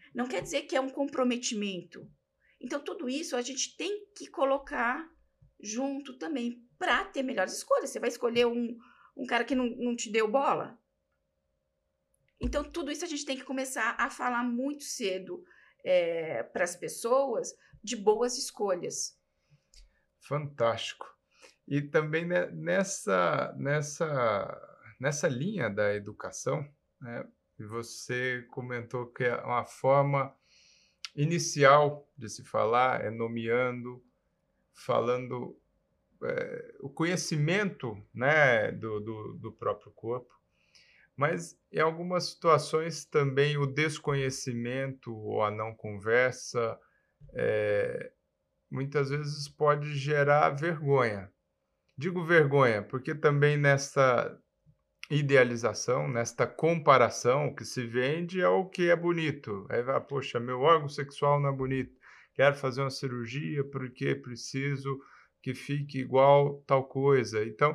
Não quer dizer que é um comprometimento. Então, tudo isso a gente tem que colocar junto também para ter melhores escolhas. Você vai escolher um cara que não te deu bola? Então, tudo isso a gente tem que começar a falar muito cedo para as pessoas de boas escolhas. Fantástico. E também nessa linha da educação, né, você comentou que é uma forma inicial de se falar é nomeando, falando o conhecimento, né, do próprio corpo, mas em algumas situações também o desconhecimento ou a não conversa muitas vezes pode gerar vergonha. Digo vergonha porque também nessa idealização, nesta comparação, o que se vende é o que é bonito. Aí vai, poxa, meu órgão sexual não é bonito. Quero fazer uma cirurgia porque preciso que fique igual tal coisa. Então,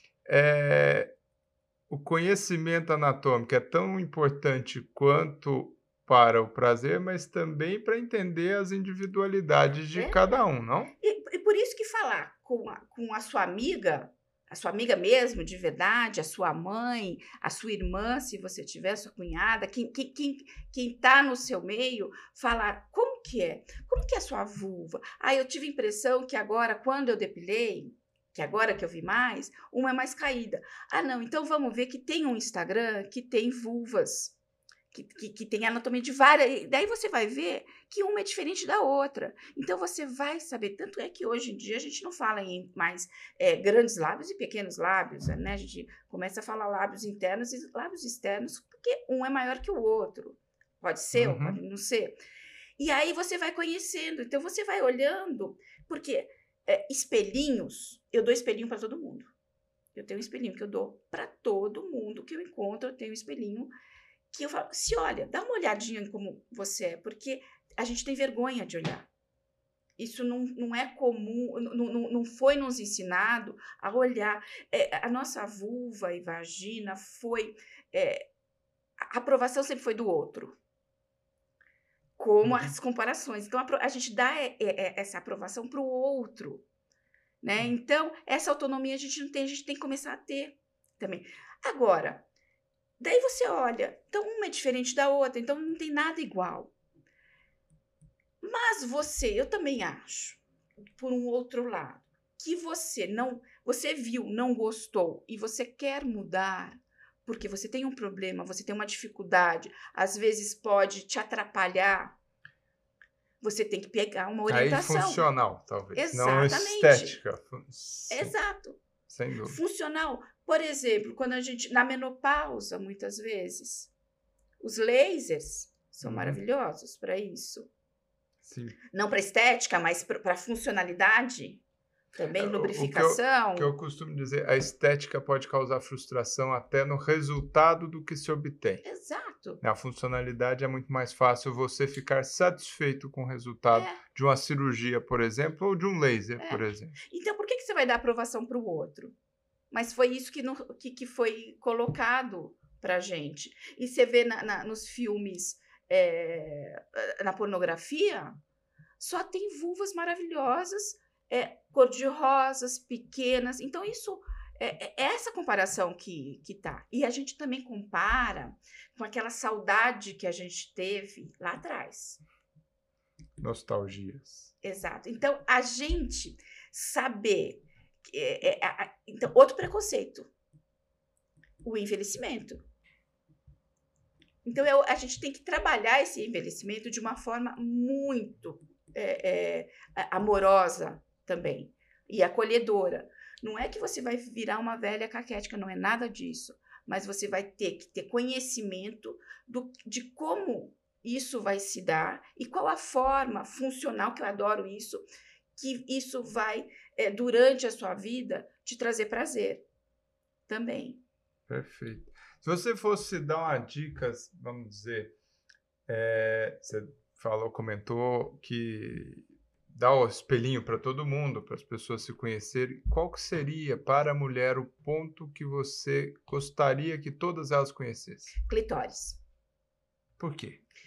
o conhecimento anatômico é tão importante quanto para o prazer, mas também para entender as individualidades de É, cada um, não? e por isso que falar com a sua amiga mesmo, de verdade, a sua mãe, a sua irmã, se você tiver, sua cunhada, quem tá no seu meio, falar como que é? Como que é a sua vulva? Ah, eu tive a impressão que agora, quando eu depilei, que agora que eu vi mais, uma é mais caída. Ah, não, então vamos ver que tem um Instagram que tem vulvas que tem anatomia de várias. Daí você vai ver que uma é diferente da outra. Então você vai saber. Tanto é que hoje em dia a gente não fala em mais grandes lábios e pequenos lábios, né? A gente começa a falar lábios internos e lábios externos, porque um é maior que o outro. Pode ser ou pode Uhum. não ser. E aí você vai conhecendo. Então você vai olhando, porque espelhinhos, eu dou espelhinho para todo mundo. Eu tenho um espelhinho que eu dou para todo mundo que eu encontro, eu tenho um espelhinho que eu falo, se olha, dá uma olhadinha em como você é, porque a gente tem vergonha de olhar. Isso não é comum, não foi nos ensinado a olhar. A nossa vulva e vagina foi. A aprovação sempre foi do outro, como Uhum. as comparações. Então, a gente dá essa aprovação para o outro. Né? Então, essa autonomia a gente não tem, a gente tem que começar a ter também. Agora, daí você olha, então uma é diferente da outra, então não tem nada igual. Mas eu também acho, por um outro lado, que você viu, não gostou e você quer mudar, porque você tem um problema, você tem uma dificuldade, às vezes pode te atrapalhar, você tem que pegar uma Aí orientação. funcional, talvez, não Exatamente. estética. Sim, Exato. sem dúvida. Funcional. Por exemplo, quando a gente, na menopausa, muitas vezes, os lasers são Uhum. maravilhosos para isso. Sim. Não para estética, mas para funcionalidade, também O que eu lubrificação. costumo dizer, a estética pode causar frustração até no resultado do que se obtém. Exato. A funcionalidade é muito mais fácil você ficar satisfeito com o resultado É, de uma cirurgia, por exemplo, ou de um laser, por é. exemplo. Então, por que você vai dar aprovação para o outro? Mas foi isso que foi colocado para gente. E você vê nos filmes, na pornografia, só tem vulvas maravilhosas, cor-de-rosas, pequenas. Então, isso é essa comparação que tá. E a gente também compara com aquela saudade que a gente teve lá atrás. Nostalgias. Exato. Então, a gente saber. Então, outro preconceito, o envelhecimento. Então, a gente tem que trabalhar esse envelhecimento de uma forma muito amorosa também e acolhedora. Não é que você vai virar uma velha caquética, não é nada disso. Mas você vai ter que ter conhecimento de como isso vai se dar e qual a forma funcional, que eu adoro isso, que isso vai, durante a sua vida, te trazer prazer também. Perfeito. Se você fosse dar uma dica, vamos dizer, você comentou que dá o espelhinho para todo mundo, para as pessoas se conhecerem. Qual que seria para a mulher o ponto que você gostaria que todas elas conhecessem? Clitóris. Por quê?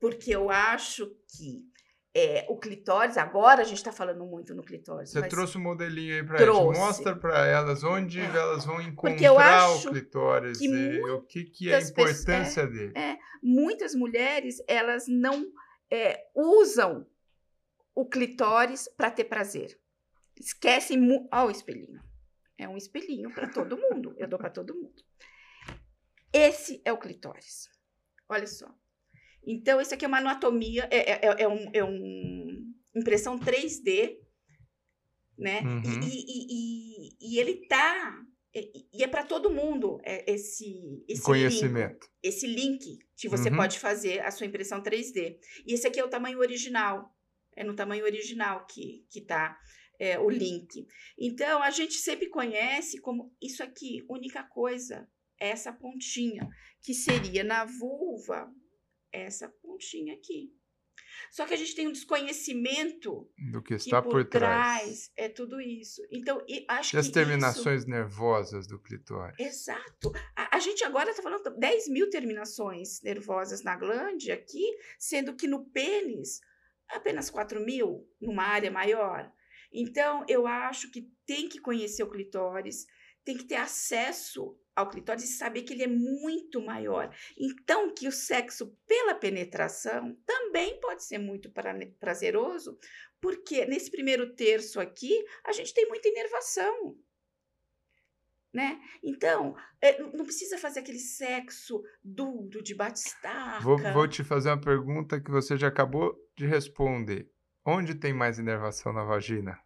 Porque eu acho que o clitóris, agora a gente está falando muito no clitóris, Você mas trouxe um modelinho aí pra gente. trouxe. Mostra para elas onde É, elas vão porque eu encontrar o acho clitóris que e o que é a muitas pessoas, importância dele. muitas mulheres, elas não usam o clitóris para ter prazer. Esquecem. Olha o espelhinho. É um espelhinho para todo mundo. Eu dou para todo mundo. Esse é o clitóris. Olha só. Então, isso aqui é uma anatomia, impressão 3D, né? Uhum. E ele tá. E é para todo mundo esse Conhecimento. link. Esse link que você Uhum. pode fazer a sua impressão 3D. E esse aqui é o tamanho original. É no tamanho original que tá o link. Então, a gente sempre conhece como isso aqui, única coisa, é essa pontinha, que seria na vulva, essa pontinha aqui. Só que a gente tem um desconhecimento Do que que está por trás. é tudo isso. Então, acho E as que isso... terminações nervosas do clitóris? Exato. A gente agora está falando 10 mil terminações nervosas na glande aqui, sendo que no pênis, apenas 4 mil, numa área maior. Então, eu acho que tem que conhecer o clitóris, tem que ter acesso ao clitóris e saber que ele é muito maior. Então, que o sexo pela penetração também pode ser muito prazeroso, porque nesse primeiro terço aqui, a gente tem muita inervação. Né? Então, não precisa fazer aquele sexo duro de batistaca. Vou te fazer uma pergunta que você já acabou de responder. Onde tem mais inervação na vagina?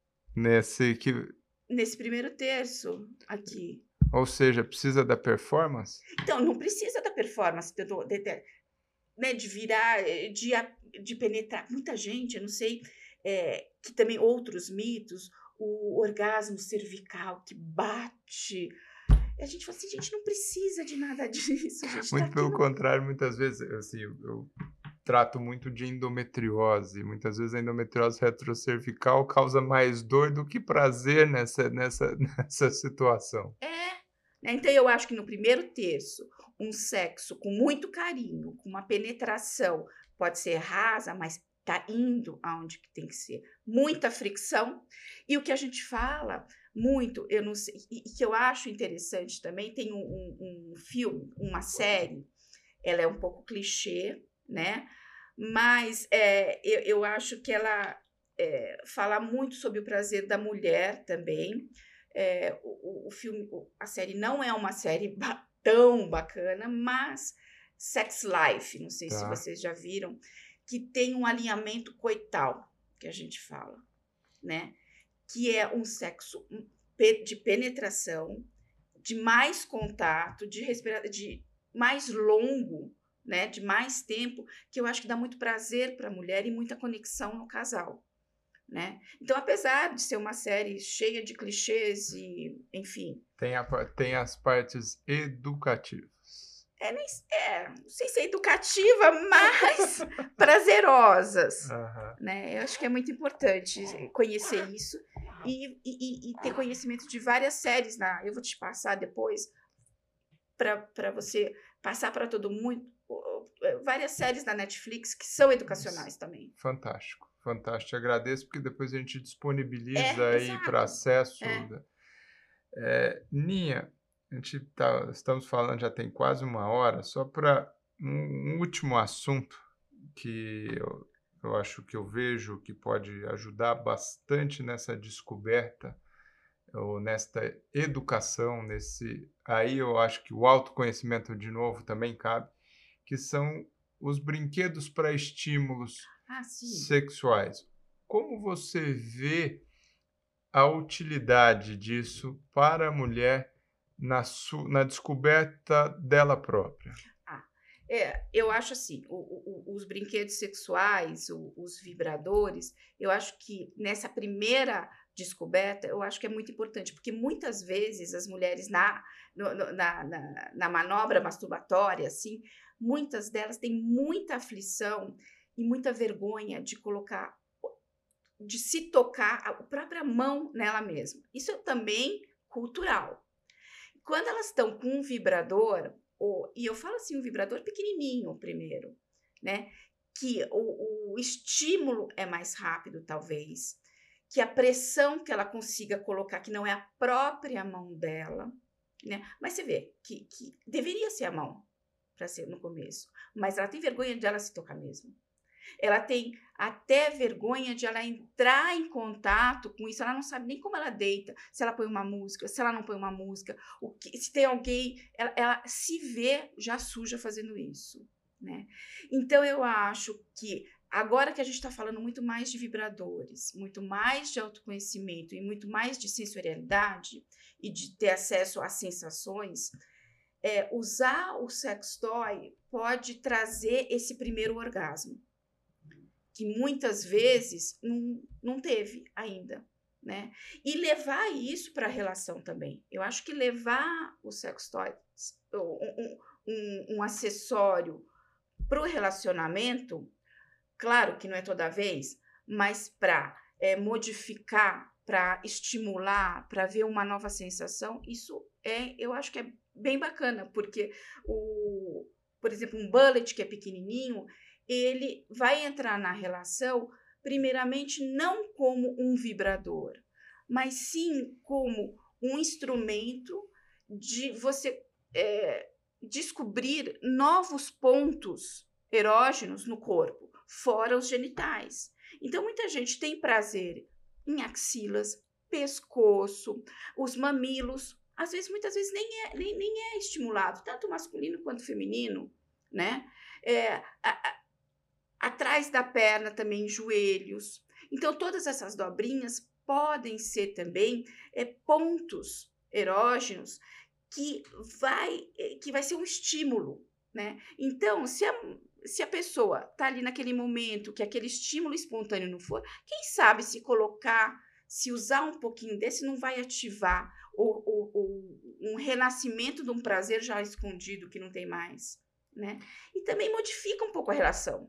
Nesse primeiro terço aqui. Ou seja, precisa da performance? Então, não precisa da performance, né, de virar, de penetrar. Muita gente, eu não sei, que também outros mitos, o orgasmo cervical que bate. E a gente fala assim, gente, não precisa de nada disso. Gente, Muito pelo contrário, muitas vezes, assim, eu trato muito de endometriose. Muitas vezes a endometriose retrocervical causa mais dor do que prazer nessa situação. Né? Então, eu acho que no primeiro terço, um sexo com muito carinho, com uma penetração, pode ser rasa, mas tá indo aonde que tem que ser. Muita fricção. E o que a gente fala muito, eu não sei, e que eu acho interessante também, tem um filme, uma série, ela é um pouco clichê, né? Mas eu acho que ela fala muito sobre o prazer da mulher também. O filme, a série não é uma série tão bacana, mas Sex Life, não sei se vocês já viram, que tem um alinhamento coital, que a gente fala, né? Que é um sexo de penetração, de mais contato, de mais longo, né? De mais tempo, que eu acho que dá muito prazer para a mulher e muita conexão no casal. Né? Então, apesar de ser uma série cheia de clichês e, enfim... Tem as partes educativas. Não sei se é educativa, mas prazerosas. Né? Eu acho que é muito importante conhecer isso e ter conhecimento de várias séries. Eu vou te passar depois para você passar para todo mundo várias séries da Netflix que são educacionais também. Fantástico. Fantástico, agradeço, porque depois a gente disponibiliza aí para acesso. Ninha, estamos falando, já tem quase 1 hora, só para um último assunto que eu acho que eu vejo que pode ajudar bastante nessa descoberta, ou nesta educação, aí eu acho que o autoconhecimento, de novo, também cabe, que são os brinquedos para estímulos sexuais. Como você vê a utilidade disso para a mulher na descoberta dela própria? Eu acho assim, os brinquedos sexuais, os vibradores, eu acho que nessa primeira descoberta, eu acho que é muito importante, porque muitas vezes as mulheres na manobra masturbatória, assim, muitas delas têm muita aflição e muita vergonha de se tocar a própria mão nela mesma. Isso é também cultural. Quando elas estão com um vibrador, e eu falo assim, um vibrador pequenininho primeiro, né? que o estímulo é mais rápido, talvez, que a pressão que ela consiga colocar, que não é a própria mão dela, né? Mas você vê que deveria ser a mão para ser no começo, mas ela tem vergonha de ela se tocar mesmo. Ela tem até vergonha de ela entrar em contato com isso. Ela não sabe nem como ela deita, se ela põe uma música, se ela não põe uma música, se tem alguém, ela se vê já suja fazendo isso, né? Então eu acho que agora que a gente está falando muito mais de vibradores, muito mais de autoconhecimento e muito mais de sensorialidade e de ter acesso às sensações, usar o sex toy pode trazer esse primeiro orgasmo, que muitas vezes não teve ainda, né? E levar isso para a relação também. Eu acho que levar o sex toy, um acessório para o relacionamento, claro que não é toda vez, mas para modificar, para estimular, para ver uma nova sensação, isso eu acho que é bem bacana, porque por exemplo, um bullet que é pequenininho, ele vai entrar na relação, primeiramente, não como um vibrador, mas sim como um instrumento de você descobrir novos pontos erógenos no corpo, fora os genitais. Então, muita gente tem prazer em axilas, pescoço, os mamilos. Às vezes, muitas vezes, nem é estimulado, tanto masculino quanto feminino, né? Atrás da perna também, joelhos. Então, todas essas dobrinhas podem ser também pontos erógenos que vai ser um estímulo, né? Então, se a pessoa está ali naquele momento que aquele estímulo espontâneo não for, quem sabe se usar um pouquinho desse, não vai ativar um renascimento de um prazer já escondido que não tem mais, né? E também modifica um pouco a relação.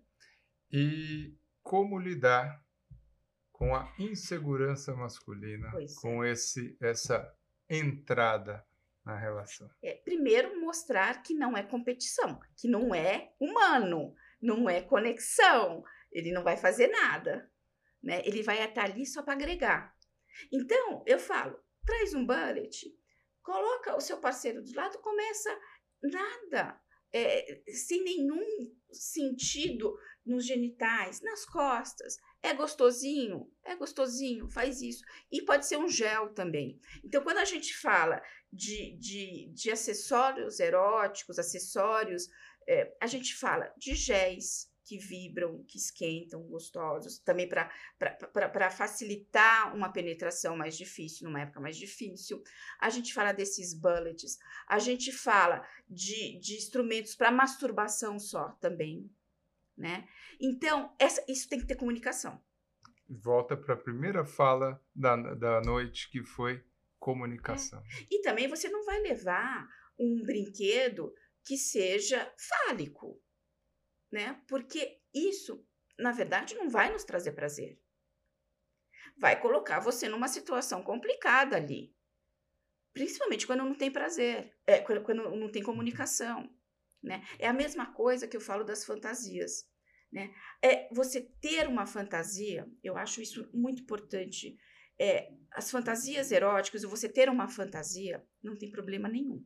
E como lidar com a insegurança masculina, com essa entrada na relação? Primeiro, mostrar que não é competição, que não é humano, não é conexão, ele não vai fazer nada, né? Ele vai estar ali só para agregar. Então, eu falo, traz um bullet, coloca o seu parceiro do lado, começa nada, sem nenhum sentido nos genitais, nas costas. É gostosinho, faz isso. E pode ser um gel também. Então, quando a gente fala de acessórios eróticos, acessórios, a gente fala de géis que vibram, que esquentam, gostosos, também para facilitar uma penetração mais difícil, numa época mais difícil. A gente fala desses bullets, a gente fala de instrumentos para masturbação só também, né? Então, isso tem que ter comunicação. Volta para a primeira fala da noite, que foi comunicação. E também você não vai levar um brinquedo que seja fálico, né? Porque isso, na verdade, não vai nos trazer prazer. Vai colocar você numa situação complicada ali. Principalmente quando não tem prazer, quando não tem comunicação, né? É a mesma coisa que eu falo das fantasias, né? Você ter uma fantasia, eu acho isso muito importante. As fantasias eróticas, você ter uma fantasia, não tem problema nenhum.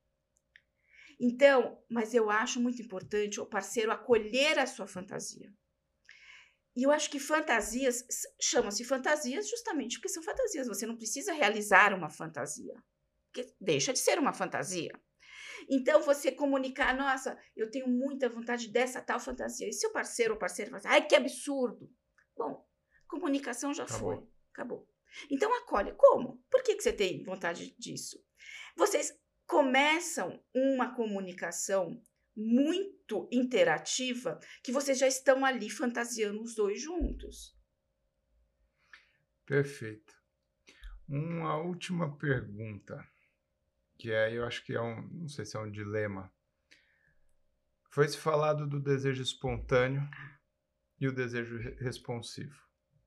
Então, mas eu acho muito importante o parceiro acolher a sua fantasia. E eu acho que fantasias, chamam-se fantasias justamente porque são fantasias. Você não precisa realizar uma fantasia, porque deixa de ser uma fantasia. Então, você comunicar, nossa, eu tenho muita vontade dessa tal fantasia. E seu parceiro ou parceira fala assim, ai, que absurdo. Bom, comunicação já foi, acabou. Então, acolhe. Como? Por que você tem vontade disso? Vocês começam uma comunicação muito interativa que vocês já estão ali fantasiando os dois juntos. Perfeito. Uma última pergunta, que eu acho que não sei se é um dilema. Foi-se falado do desejo espontâneo e o desejo responsivo.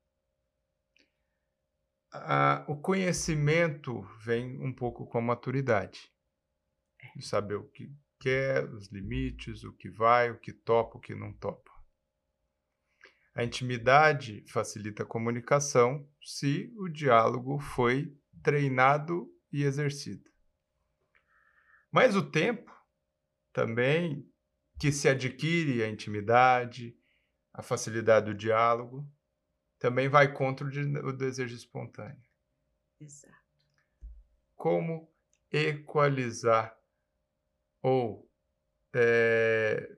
O conhecimento vem um pouco com a maturidade. De saber o que quer, os limites, o que vai, o que topa, o que não topa. A intimidade facilita a comunicação se o diálogo foi treinado e exercido. Mas o tempo também que se adquire a intimidade, a facilidade do diálogo, também vai contra o desejo espontâneo. Exato. Como equalizar ou eh,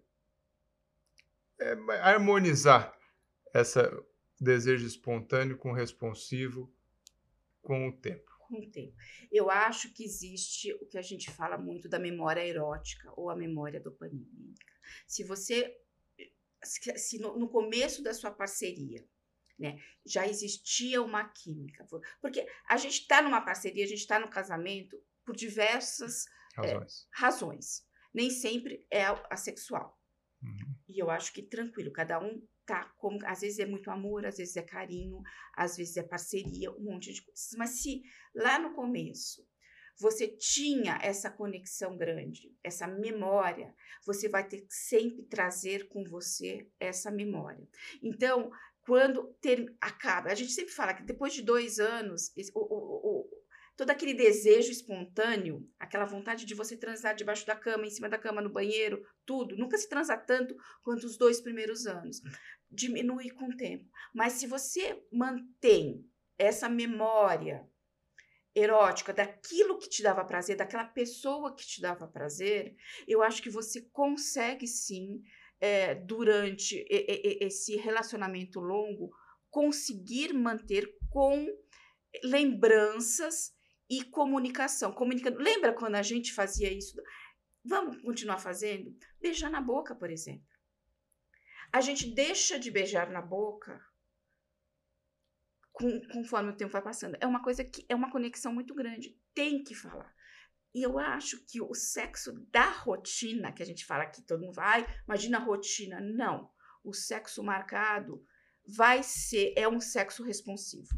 harmonizar esse desejo espontâneo com responsivo com o tempo? Com o tempo. Eu acho que existe o que a gente fala muito da memória erótica ou a memória dopaminêmica. Se você, se no começo da sua parceria, né, já existia uma química, porque a gente está numa parceria, a gente está no casamento por diversas razões. Nem sempre é a sexual. Uhum. E eu acho que tranquilo, cada um tá como, às vezes é muito amor, às vezes é carinho, às vezes é parceria, um monte de coisas. Mas se lá no começo você tinha essa conexão grande, essa memória, você vai ter que sempre trazer com você essa memória. Então, quando acaba, a gente sempre fala que depois de 2 anos, todo aquele desejo espontâneo, aquela vontade de você transar debaixo da cama, em cima da cama, no banheiro, tudo, nunca se transa tanto quanto os 2 primeiros anos. Diminui com o tempo. Mas se você mantém essa memória erótica daquilo que te dava prazer, daquela pessoa que te dava prazer, eu acho que você consegue sim, durante esse relacionamento longo, conseguir manter com lembranças e comunicação. Lembra quando a gente fazia isso? Vamos continuar fazendo? Beijar na boca, por exemplo. A gente deixa de beijar na boca conforme o tempo vai passando. É uma coisa que é uma conexão muito grande. Tem que falar. E eu acho que o sexo da rotina, que a gente fala que todo mundo vai, imagina a rotina. Não. O sexo marcado é um sexo responsivo.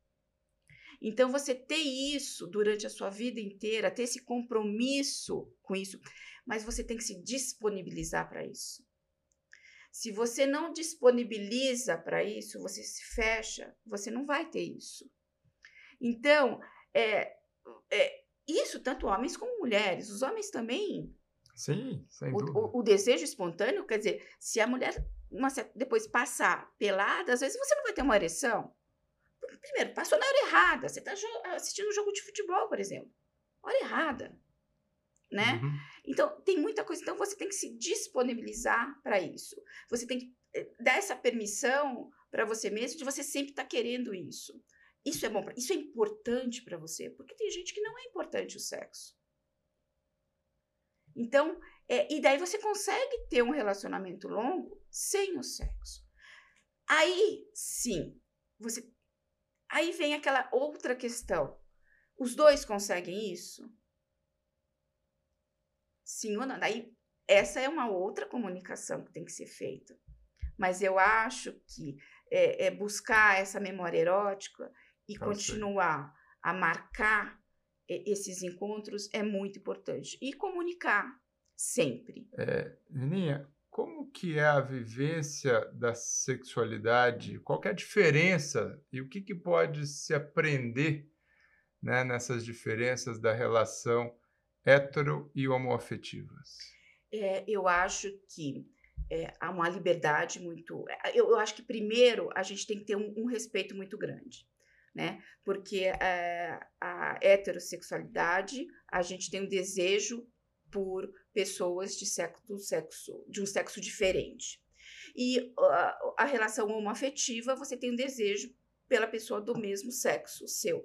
Então, você ter isso durante a sua vida inteira, ter esse compromisso com isso, mas você tem que se disponibilizar para isso. Se você não disponibiliza para isso, você se fecha, você não vai ter isso. Então, isso tanto homens como mulheres. Os homens também. Sim, sem dúvida. O desejo espontâneo, quer dizer, se a mulher depois passar pelada, às vezes você não vai ter uma ereção. Primeiro, passou na hora errada. Você está assistindo um jogo de futebol, por exemplo. Hora errada. Né? Uhum. Então, tem muita coisa. Então, você tem que se disponibilizar para isso. Você tem que dar essa permissão para você mesmo de você sempre estar querendo isso. Isso é bom, isso é importante para você, porque tem gente que não é importante o sexo. Então, e daí você consegue ter um relacionamento longo sem o sexo. Aí, sim, aí vem aquela outra questão. Os dois conseguem isso? Sim ou não? Daí, essa é uma outra comunicação que tem que ser feita. Mas eu acho que buscar essa memória erótica e continuar a marcar esses encontros é muito importante. E comunicar sempre. Nininha, como que é a vivência da sexualidade? Qual que é a diferença e o que pode se aprender, né, nessas diferenças da relação hetero e homoafetivas? Eu acho que há uma liberdade muito... Eu acho que, primeiro, a gente tem que ter um respeito muito grande, né? Porque a heterossexualidade, a gente tem um desejo por pessoas de um sexo diferente. E a relação homoafetiva, você tem um desejo pela pessoa do mesmo sexo seu.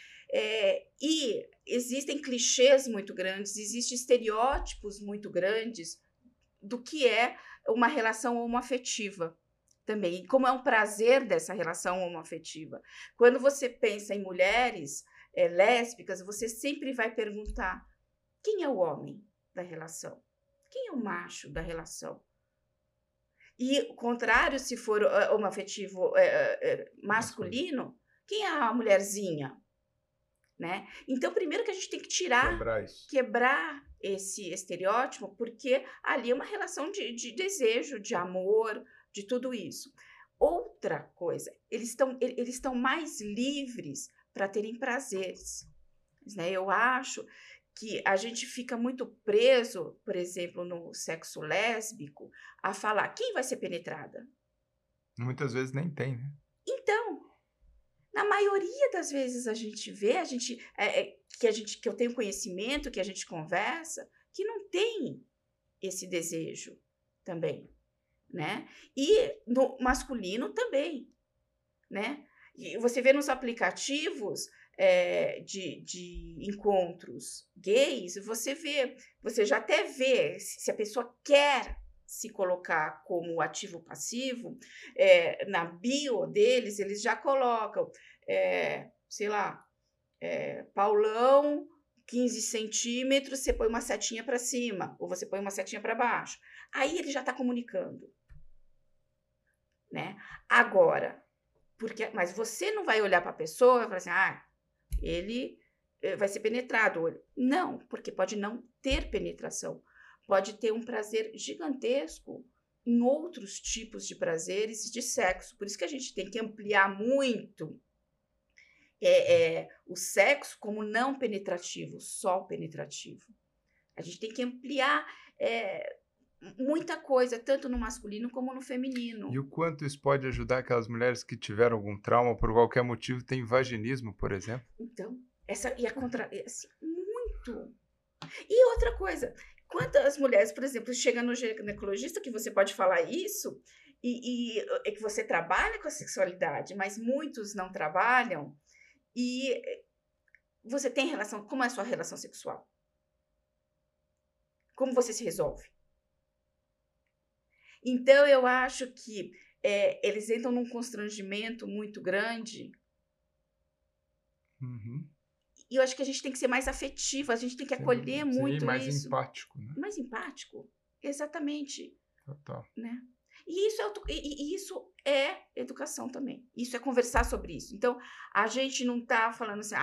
E existem clichês muito grandes, existem estereótipos muito grandes do que é uma relação homoafetiva também, e como é um prazer dessa relação homoafetiva. Quando você pensa em mulheres lésbicas, você sempre vai perguntar: quem é o homem da relação? Quem é o macho da relação? E o contrário, se for homoafetivo masculino, quem é a mulherzinha? Né? Então, primeiro que a gente tem que quebrar esse estereótipo, porque ali é uma relação de desejo, de amor, de tudo isso. outra coisa, eles estão mais livres para terem prazeres, né? Eu acho que a gente fica muito preso, por exemplo, no sexo lésbico, a falar quem vai ser penetrada. Muitas vezes nem tem, né? Então, na maioria das vezes a gente vê, que eu tenho conhecimento, que a gente conversa, que não tem esse desejo também, né? E no masculino também, né? E você vê nos aplicativos de encontros gays, você já até vê se a pessoa quer se colocar como ativo passivo, na bio deles, eles já colocam, sei lá, Paulão, 15 centímetros, você põe uma setinha para cima, ou você põe uma setinha para baixo. Aí ele já está comunicando, né? Agora, mas você não vai olhar para a pessoa e falar assim, ele vai ser penetrado. Não, porque pode não ter penetração. Pode ter um prazer gigantesco em outros tipos de prazeres de sexo. Por isso que a gente tem que ampliar muito o sexo como não penetrativo, só penetrativo. A gente tem que ampliar muita coisa, tanto no masculino como no feminino. E o quanto isso pode ajudar aquelas mulheres que tiveram algum trauma, por qualquer motivo, têm vaginismo, por exemplo? Então, muito. E outra coisa, quantas mulheres, por exemplo, chegam no ginecologista, que você pode falar isso, e que você trabalha com a sexualidade, mas muitos não trabalham, e você tem relação, como é a sua relação sexual? Como você se resolve? Então, eu acho que eles entram num constrangimento muito grande. Uhum. E eu acho que a gente tem que ser mais afetivo, a gente tem que acolher muito mais isso. Empático, né? Mais empático, exatamente. Total. Né? E isso é educação também. Isso é conversar sobre isso. Então, a gente não está falando assim,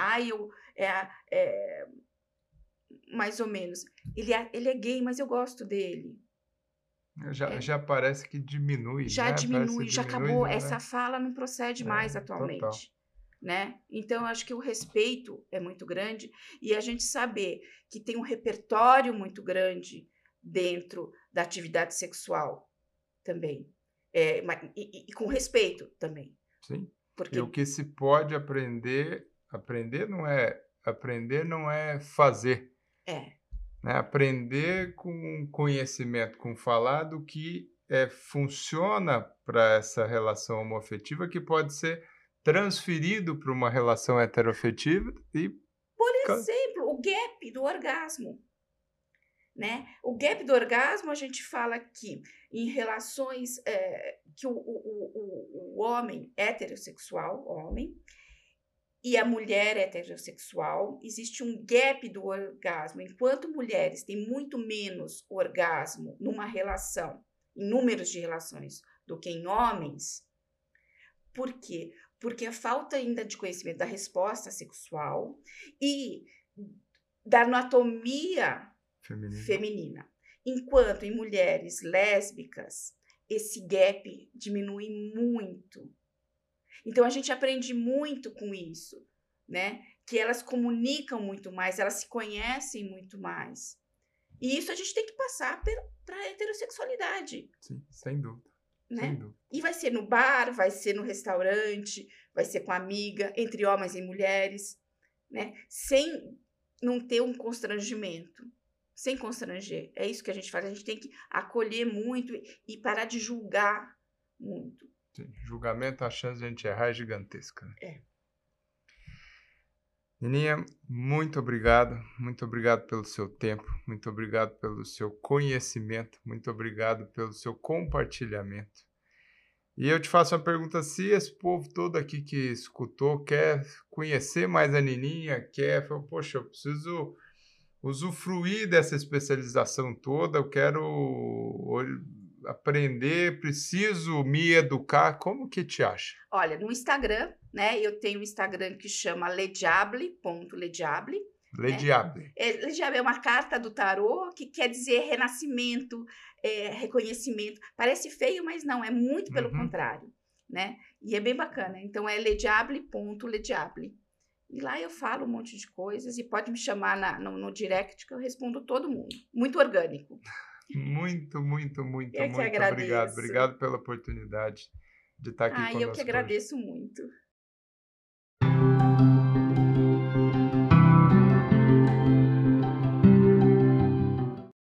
mais ou menos. Ele é gay, mas eu gosto dele. Já parece que diminui, já né? diminui, já acabou. né? Essa fala não procede mais atualmente. Total. Né? Então, eu acho que o respeito é muito grande e a gente saber que tem um repertório muito grande dentro da atividade sexual também. E com respeito também. Sim. Porque E o que se pode aprender não é fazer. Né? Aprender com conhecimento, com falar do que funciona para essa relação homoafetiva, que pode ser transferido para uma relação heteroafetiva e... Por exemplo, o gap do orgasmo. Né? O gap do orgasmo, a gente fala que em relações que o homem heterossexual, e a mulher heterossexual, existe um gap do orgasmo. Enquanto mulheres têm muito menos orgasmo numa relação, em números de relações, do que em homens. Por quê? Porque a falta ainda de conhecimento da resposta sexual e da anatomia feminina. Enquanto em mulheres lésbicas, esse gap diminui muito. Então, a gente aprende muito com isso, né? Que elas comunicam muito mais, elas se conhecem muito mais. E isso a gente tem que passar para a heterossexualidade. Sim, sem dúvida. Né? Sem dúvida. E vai ser no bar, vai ser no restaurante, vai ser com amiga, entre homens e mulheres, né? Sem não ter um constrangimento. Sem constranger. É isso que a gente faz. A gente tem que acolher muito e parar de julgar muito. Sim, julgamento, a chance de a gente errar é gigantesca. Né? Nininha, muito obrigado pelo seu tempo, muito obrigado pelo seu conhecimento, muito obrigado pelo seu compartilhamento. E eu te faço uma pergunta, se esse povo todo aqui que escutou quer conhecer mais a Nininha, poxa, eu preciso usufruir dessa especialização toda, eu quero aprender, preciso me educar, como que te acha? Olha, no Instagram, né, eu tenho um Instagram que chama lediable.lediable. Lediable. Lediable é uma carta do tarô que quer dizer renascimento, reconhecimento. Parece feio, mas não, é muito pelo contrário. né? E é bem bacana. Então é lediable.lediable. E lá eu falo um monte de coisas e pode me chamar no direct que eu respondo todo mundo. Muito orgânico. Muito, muito, muito, Eu que muito obrigado. agradeço. Obrigado pela oportunidade de estar aqui Eu que conosco hoje. agradeço muito.